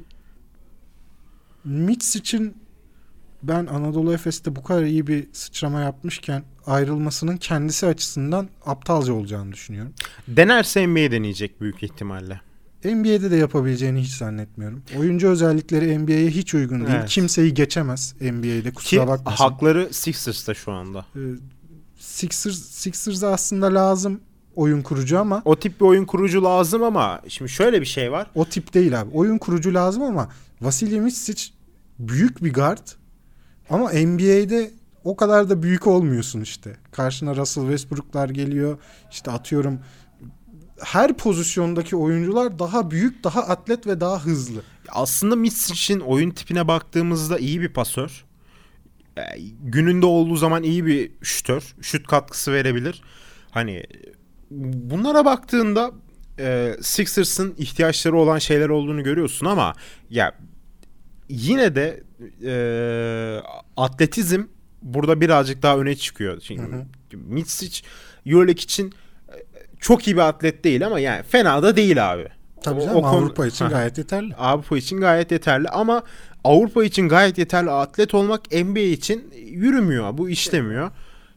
S2: Mitsic'in ben Anadolu Efes'te bu kadar iyi bir sıçrama yapmışken ayrılmasının kendisi açısından aptalca olacağını düşünüyorum.
S1: Denerse N B A deneyecek büyük ihtimalle.
S2: N B A'de de yapabileceğini hiç zannetmiyorum. Oyuncu özellikleri N B A'ye hiç uygun değil. Evet. Kimseyi geçemez N B A'de, kusura
S1: Ki
S2: bakmasın.
S1: hakları Sixers'ta şu anda.
S2: Ee, Sixers, Sixers'a aslında lazım oyun kurucu ama.
S1: O tip bir oyun kurucu lazım ama şimdi şöyle bir şey var.
S2: O tip değil abi. Oyun kurucu lazım ama Vasilij Micic büyük bir guard ama N B A'de o kadar da büyük olmuyorsun işte. Karşına Russell Westbrook'lar geliyor. İşte atıyorum her pozisyondaki oyuncular daha büyük, daha atlet ve daha hızlı.
S1: Aslında Micic'in oyun tipine baktığımızda iyi bir pasör. Gününde olduğu zaman iyi bir şütör. Şut katkısı verebilir. Hani bunlara baktığında e, Sixers'ın ihtiyaçları olan şeyler olduğunu görüyorsun ama ya yine de e, atletizm burada birazcık daha öne çıkıyor. Şimdi Micic EuroLeague için çok iyi bir atlet değil ama yani fena da değil abi.
S2: Tabii canım, o, o Avrupa konu... için gayet yeterli.
S1: Avrupa için gayet yeterli ama Avrupa için gayet yeterli atlet olmak N B A için yürümüyor. Bu işlemiyor.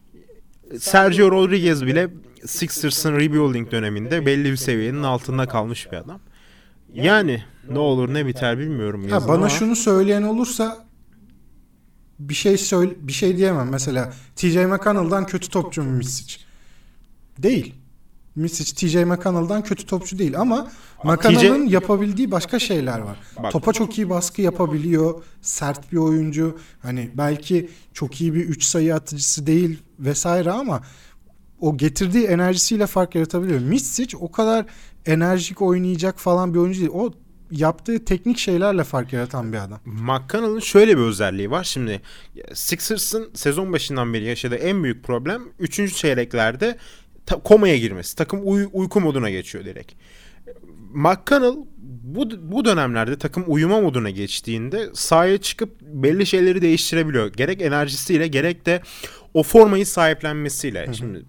S1: Sergio Rodriguez bile Sixers'ın rebuilding döneminde belli bir seviyenin altında kalmış bir adam. Yani ne olur ne biter bilmiyorum.
S2: Ha, bana ama... şunu söyleyen olursa bir şey söyle bir şey diyemem. Mesela T J McConnell'dan kötü topçu mu Micic? Değil. Micic T J McConnell'dan kötü topçu değil ama McConnell'ın T J... yapabildiği başka şeyler var. Bak. Topa çok iyi baskı yapabiliyor. Sert bir oyuncu. Hani belki çok iyi bir üç sayı atıcısı değil vesaire ama o getirdiği enerjisiyle fark yaratabiliyor. Micic o kadar enerjik oynayacak falan bir oyuncu değil. O yaptığı teknik şeylerle fark yaratan bir adam.
S1: McConnell'ın şöyle bir özelliği var. Şimdi Sixers'ın sezon başından beri yaşadığı en büyük problem üçüncü çeyreklerde ta- komaya girmesi. Takım uy- uyku moduna geçiyor direkt. McConnell bu, bu dönemlerde takım uyuma moduna geçtiğinde sahaya çıkıp belli şeyleri değiştirebiliyor. Gerek enerjisiyle gerek de o formayı sahiplenmesiyle. Hı hı. Şimdi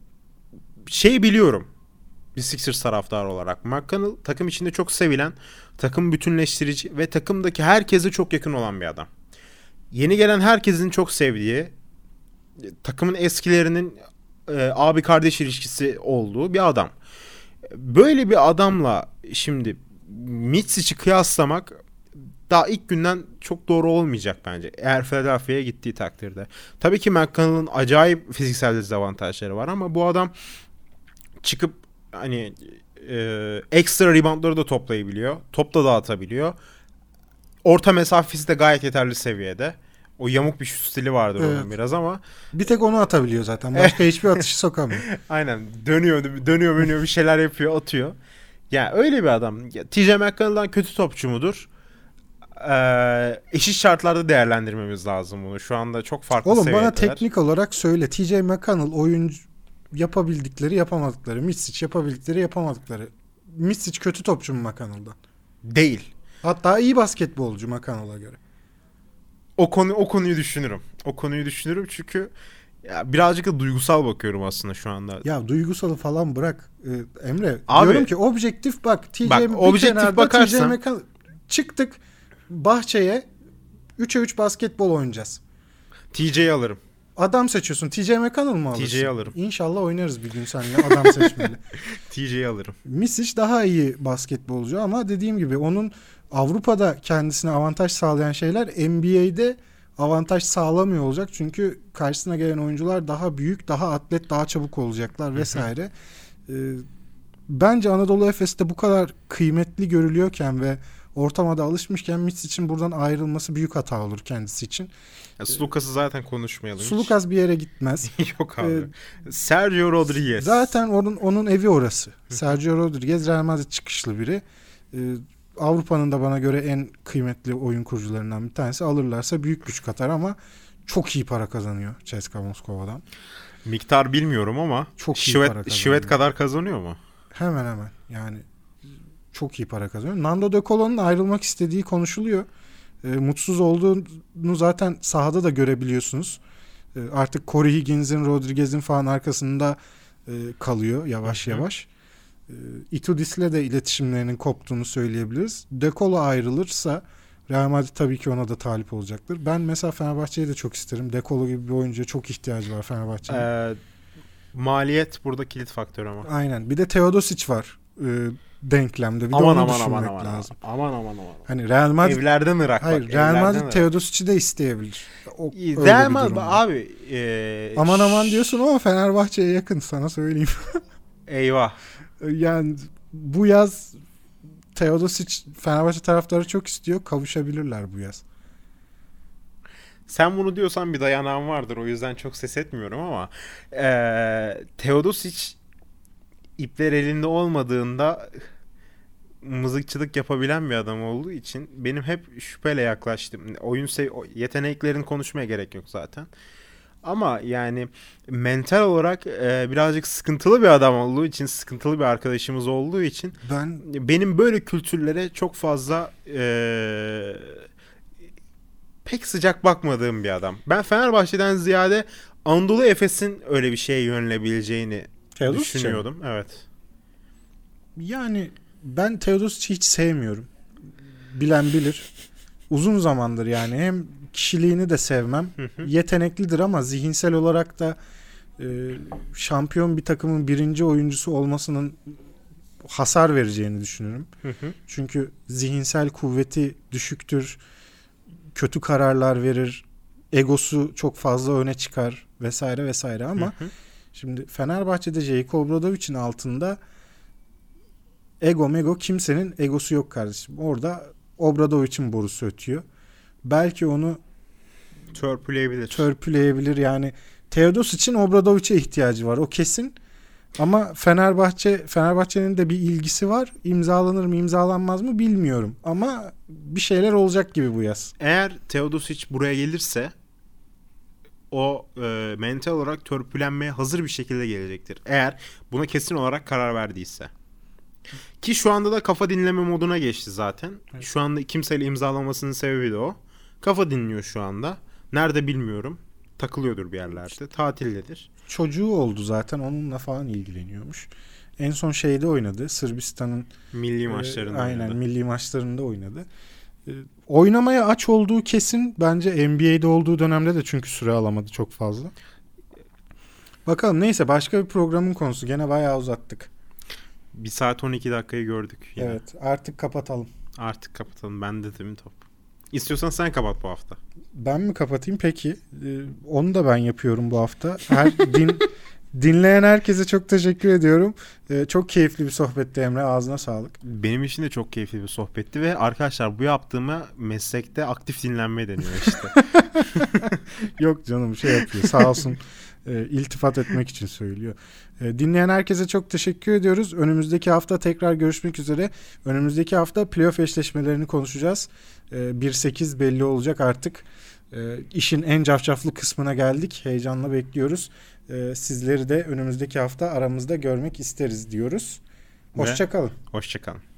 S1: şey biliyorum. Bir Sixers taraftarı olarak McConnell takım içinde çok sevilen, takım bütünleştirici ve takımdaki herkese çok yakın olan bir adam. Yeni gelen herkesin çok sevdiği, takımın eskilerinin e, abi kardeş ilişkisi olduğu bir adam. Böyle bir adamla şimdi Mitsic'i kıyaslamak daha ilk günden çok doğru olmayacak bence. Eğer Philadelphia'ya gittiği takdirde. Tabii ki McConnell'ın acayip fiziksel dezavantajları var ama bu adam çıkıp hani e, ekstra reboundları da toplayabiliyor. Top da dağıtabiliyor. Orta mesafesi de gayet yeterli seviyede. O yamuk bir şut stili vardır evet. onun biraz ama.
S2: Bir tek onu atabiliyor zaten. Başka hiçbir atışı sokamıyor.
S1: Aynen. Dönüyor, dönüyor, dönüyor bir şeyler yapıyor, atıyor. Ya öyle bir adam. T J McConnell'dan kötü topçu mudur? Ee, eşit şartlarda değerlendirmemiz lazım bunu. Şu anda çok farklı
S2: Oğlum
S1: seviyeler.
S2: Bana teknik olarak söyle. T J McConnell oyuncu yapabildikleri yapamadıkları. Micic yapabildikleri yapamadıkları. Micic kötü topçu mu McConnell'dan?
S1: Değil.
S2: Hatta iyi basketbolcu McConnell'a göre.
S1: O konu o konuyu düşünürüm. O konuyu düşünürüm çünkü ya birazcık da duygusal bakıyorum aslında şu anda.
S2: Ya duygusalı falan bırak ee, Emre.
S1: Abi,
S2: diyorum ki objektif bak. T J
S1: bak objektif bakarsam
S2: çıktık bahçeye üçe üç basketbol oynayacağız.
S1: T J'yi alırım.
S2: Adam seçiyorsun. T J McConnell mı alırsın?
S1: T J'yi alırım.
S2: İnşallah oynarız bir gün seninle adam seçmeli.
S1: T J'yi alırım.
S2: Micic daha iyi basketbolcu ama dediğim gibi onun Avrupa'da kendisine avantaj sağlayan şeyler N B A'de avantaj sağlamıyor olacak. Çünkü karşısına gelen oyuncular daha büyük, daha atlet, daha çabuk olacaklar vesaire. ee, bence Anadolu Efes'te bu kadar kıymetli görülüyorken ve ortama da alışmışken Micic için buradan ayrılması büyük hata olur kendisi için.
S1: Ya, Sulukas'ı zaten konuşmayalım.
S2: Sulukas bir yere gitmez.
S1: Yok abi. Ee, Sergio Rodriguez.
S2: Zaten onun onun evi orası. Sergio Rodriguez Real Madrid çıkışlı biri. Ee, Avrupa'nın da bana göre en kıymetli oyun kurucularından bir tanesi. Alırlarsa büyük güç katar ama çok iyi para kazanıyor C S K A Moskova'dan.
S1: Miktar bilmiyorum ama
S2: çok iyi
S1: Şivet,
S2: para kazanıyor.
S1: Şivet kadar kazanıyor mu?
S2: Hemen hemen. Yani çok iyi para kazanıyor. Nando De Colo'nun ayrılmak istediği konuşuluyor. E, mutsuz olduğunu zaten sahada da görebiliyorsunuz. E, artık Corey Higgins'in, Rodriguez'in falan arkasında e, kalıyor yavaş Hı-hı. yavaş. E, Itudis'le de iletişimlerinin koptuğunu söyleyebiliriz. De Colo ayrılırsa Real Madrid tabii ki ona da talip olacaktır. Ben mesela Fenerbahçe'yi de çok isterim. De Colo gibi bir oyuncuya çok ihtiyacı var Fenerbahçe'nin.
S1: Ee, maliyet burada kilit faktör ama.
S2: Aynen. Bir de Teodosic var. E, denklemde. Bir
S1: aman
S2: de onu
S1: aman
S2: düşünmek
S1: aman
S2: lazım.
S1: Aman aman aman.
S2: Hani Real Madrid
S1: evlerden Irak.
S2: Hayır,
S1: bak,
S2: Real Madrid Teodosic'i de isteyebilir. O,
S1: Real Madrid abi e,
S2: aman aman diyorsun ama Fenerbahçe'ye yakın sana söyleyeyim.
S1: Eyvah.
S2: Yani bu yaz Teodosic Fenerbahçe taraftarı çok istiyor. Kavuşabilirler bu yaz.
S1: Sen bunu diyorsan bir dayanağın vardır. O yüzden çok ses etmiyorum ama e, Teodosic ipler elinde olmadığında mızıkçılık yapabilen bir adam olduğu için benim hep şüpheyle yaklaştım. Oyun sev- yeteneklerini konuşmaya gerek yok zaten. Ama yani mental olarak e, birazcık sıkıntılı bir adam olduğu için, sıkıntılı bir arkadaşımız olduğu için
S2: ben
S1: benim böyle kültürlere çok fazla e, pek sıcak bakmadığım bir adam. Ben Fenerbahçe'den ziyade Anadolu Efes'in öyle bir şeye yönelebileceğini Teodosic düşünüyordum. Mi? Evet.
S2: Yani ben Teodosic'i hiç sevmiyorum. Bilen bilir. Uzun zamandır yani hem kişiliğini de sevmem. Hı hı. Yeteneklidir ama zihinsel olarak da e, şampiyon bir takımın birinci oyuncusu olmasının hasar vereceğini düşünüyorum. Hı hı. Çünkü zihinsel kuvveti düşüktür. Kötü kararlar verir. Egosu çok fazla öne çıkar vesaire vesaire ama hı hı. Şimdi Fenerbahçe'de Jejko Obradovic'in altında ego mego kimsenin egosu yok kardeşim. Orada Obradovic'in borusu ötüyor. Belki onu
S1: törpüleyebilir.
S2: Törpüleyebilir yani. Teodosic'in Obradovic'e ihtiyacı var. O kesin. Ama Fenerbahçe Fenerbahçe'nin de bir ilgisi var. İmzalanır mı, imzalanmaz mı bilmiyorum. Ama bir şeyler olacak gibi bu yaz.
S1: Eğer Teodosic buraya gelirse o e, mental olarak törpülenmeye hazır bir şekilde gelecektir. Eğer buna kesin olarak karar verdiyse. Ki şu anda da kafa dinleme moduna geçti zaten. Evet. Şu anda kimseyle imzalamasının sebebi de o. Kafa dinliyor şu anda. Nerede bilmiyorum. Takılıyordur bir yerlerde. Tatildedir.
S2: Çocuğu oldu zaten. Onunla falan ilgileniyormuş. En son şeyde oynadı. Sırbistan'ın
S1: milli maçlarında
S2: e, aynen
S1: oynadı.
S2: milli maçlarında oynadı. E, oynamaya aç olduğu kesin. Bence N B A'de olduğu dönemde de çünkü süre alamadı çok fazla. Bakalım, neyse, başka bir programın konusu. Gene bayağı uzattık.
S1: Bir saat on iki dakikayı gördük. Yine.
S2: Evet, artık kapatalım.
S1: Artık kapatalım. Bende de mi top? İstiyorsan sen kapat bu hafta.
S2: Ben mi kapatayım? Peki. Ee, onu da ben yapıyorum bu hafta. Her din dinleyen herkese çok teşekkür ediyorum. Ee, çok keyifli bir sohbetti Emre. Ağzına sağlık.
S1: Benim için de çok keyifli bir sohbetti ve arkadaşlar bu yaptığıma meslekte aktif dinlenme deniyor işte.
S2: Yok canım, şey yapıyor. Sağ olsun. E, iltifat etmek için söylüyor. E, dinleyen herkese çok teşekkür ediyoruz. Önümüzdeki hafta tekrar görüşmek üzere. Önümüzdeki hafta playoff eşleşmelerini konuşacağız. E, bir sekiz belli olacak artık. E, işin en cafcaflı kısmına geldik. Heyecanla bekliyoruz. E, sizleri de önümüzdeki hafta aramızda görmek isteriz diyoruz. Hoşça kalın.
S1: Hoşça kalın.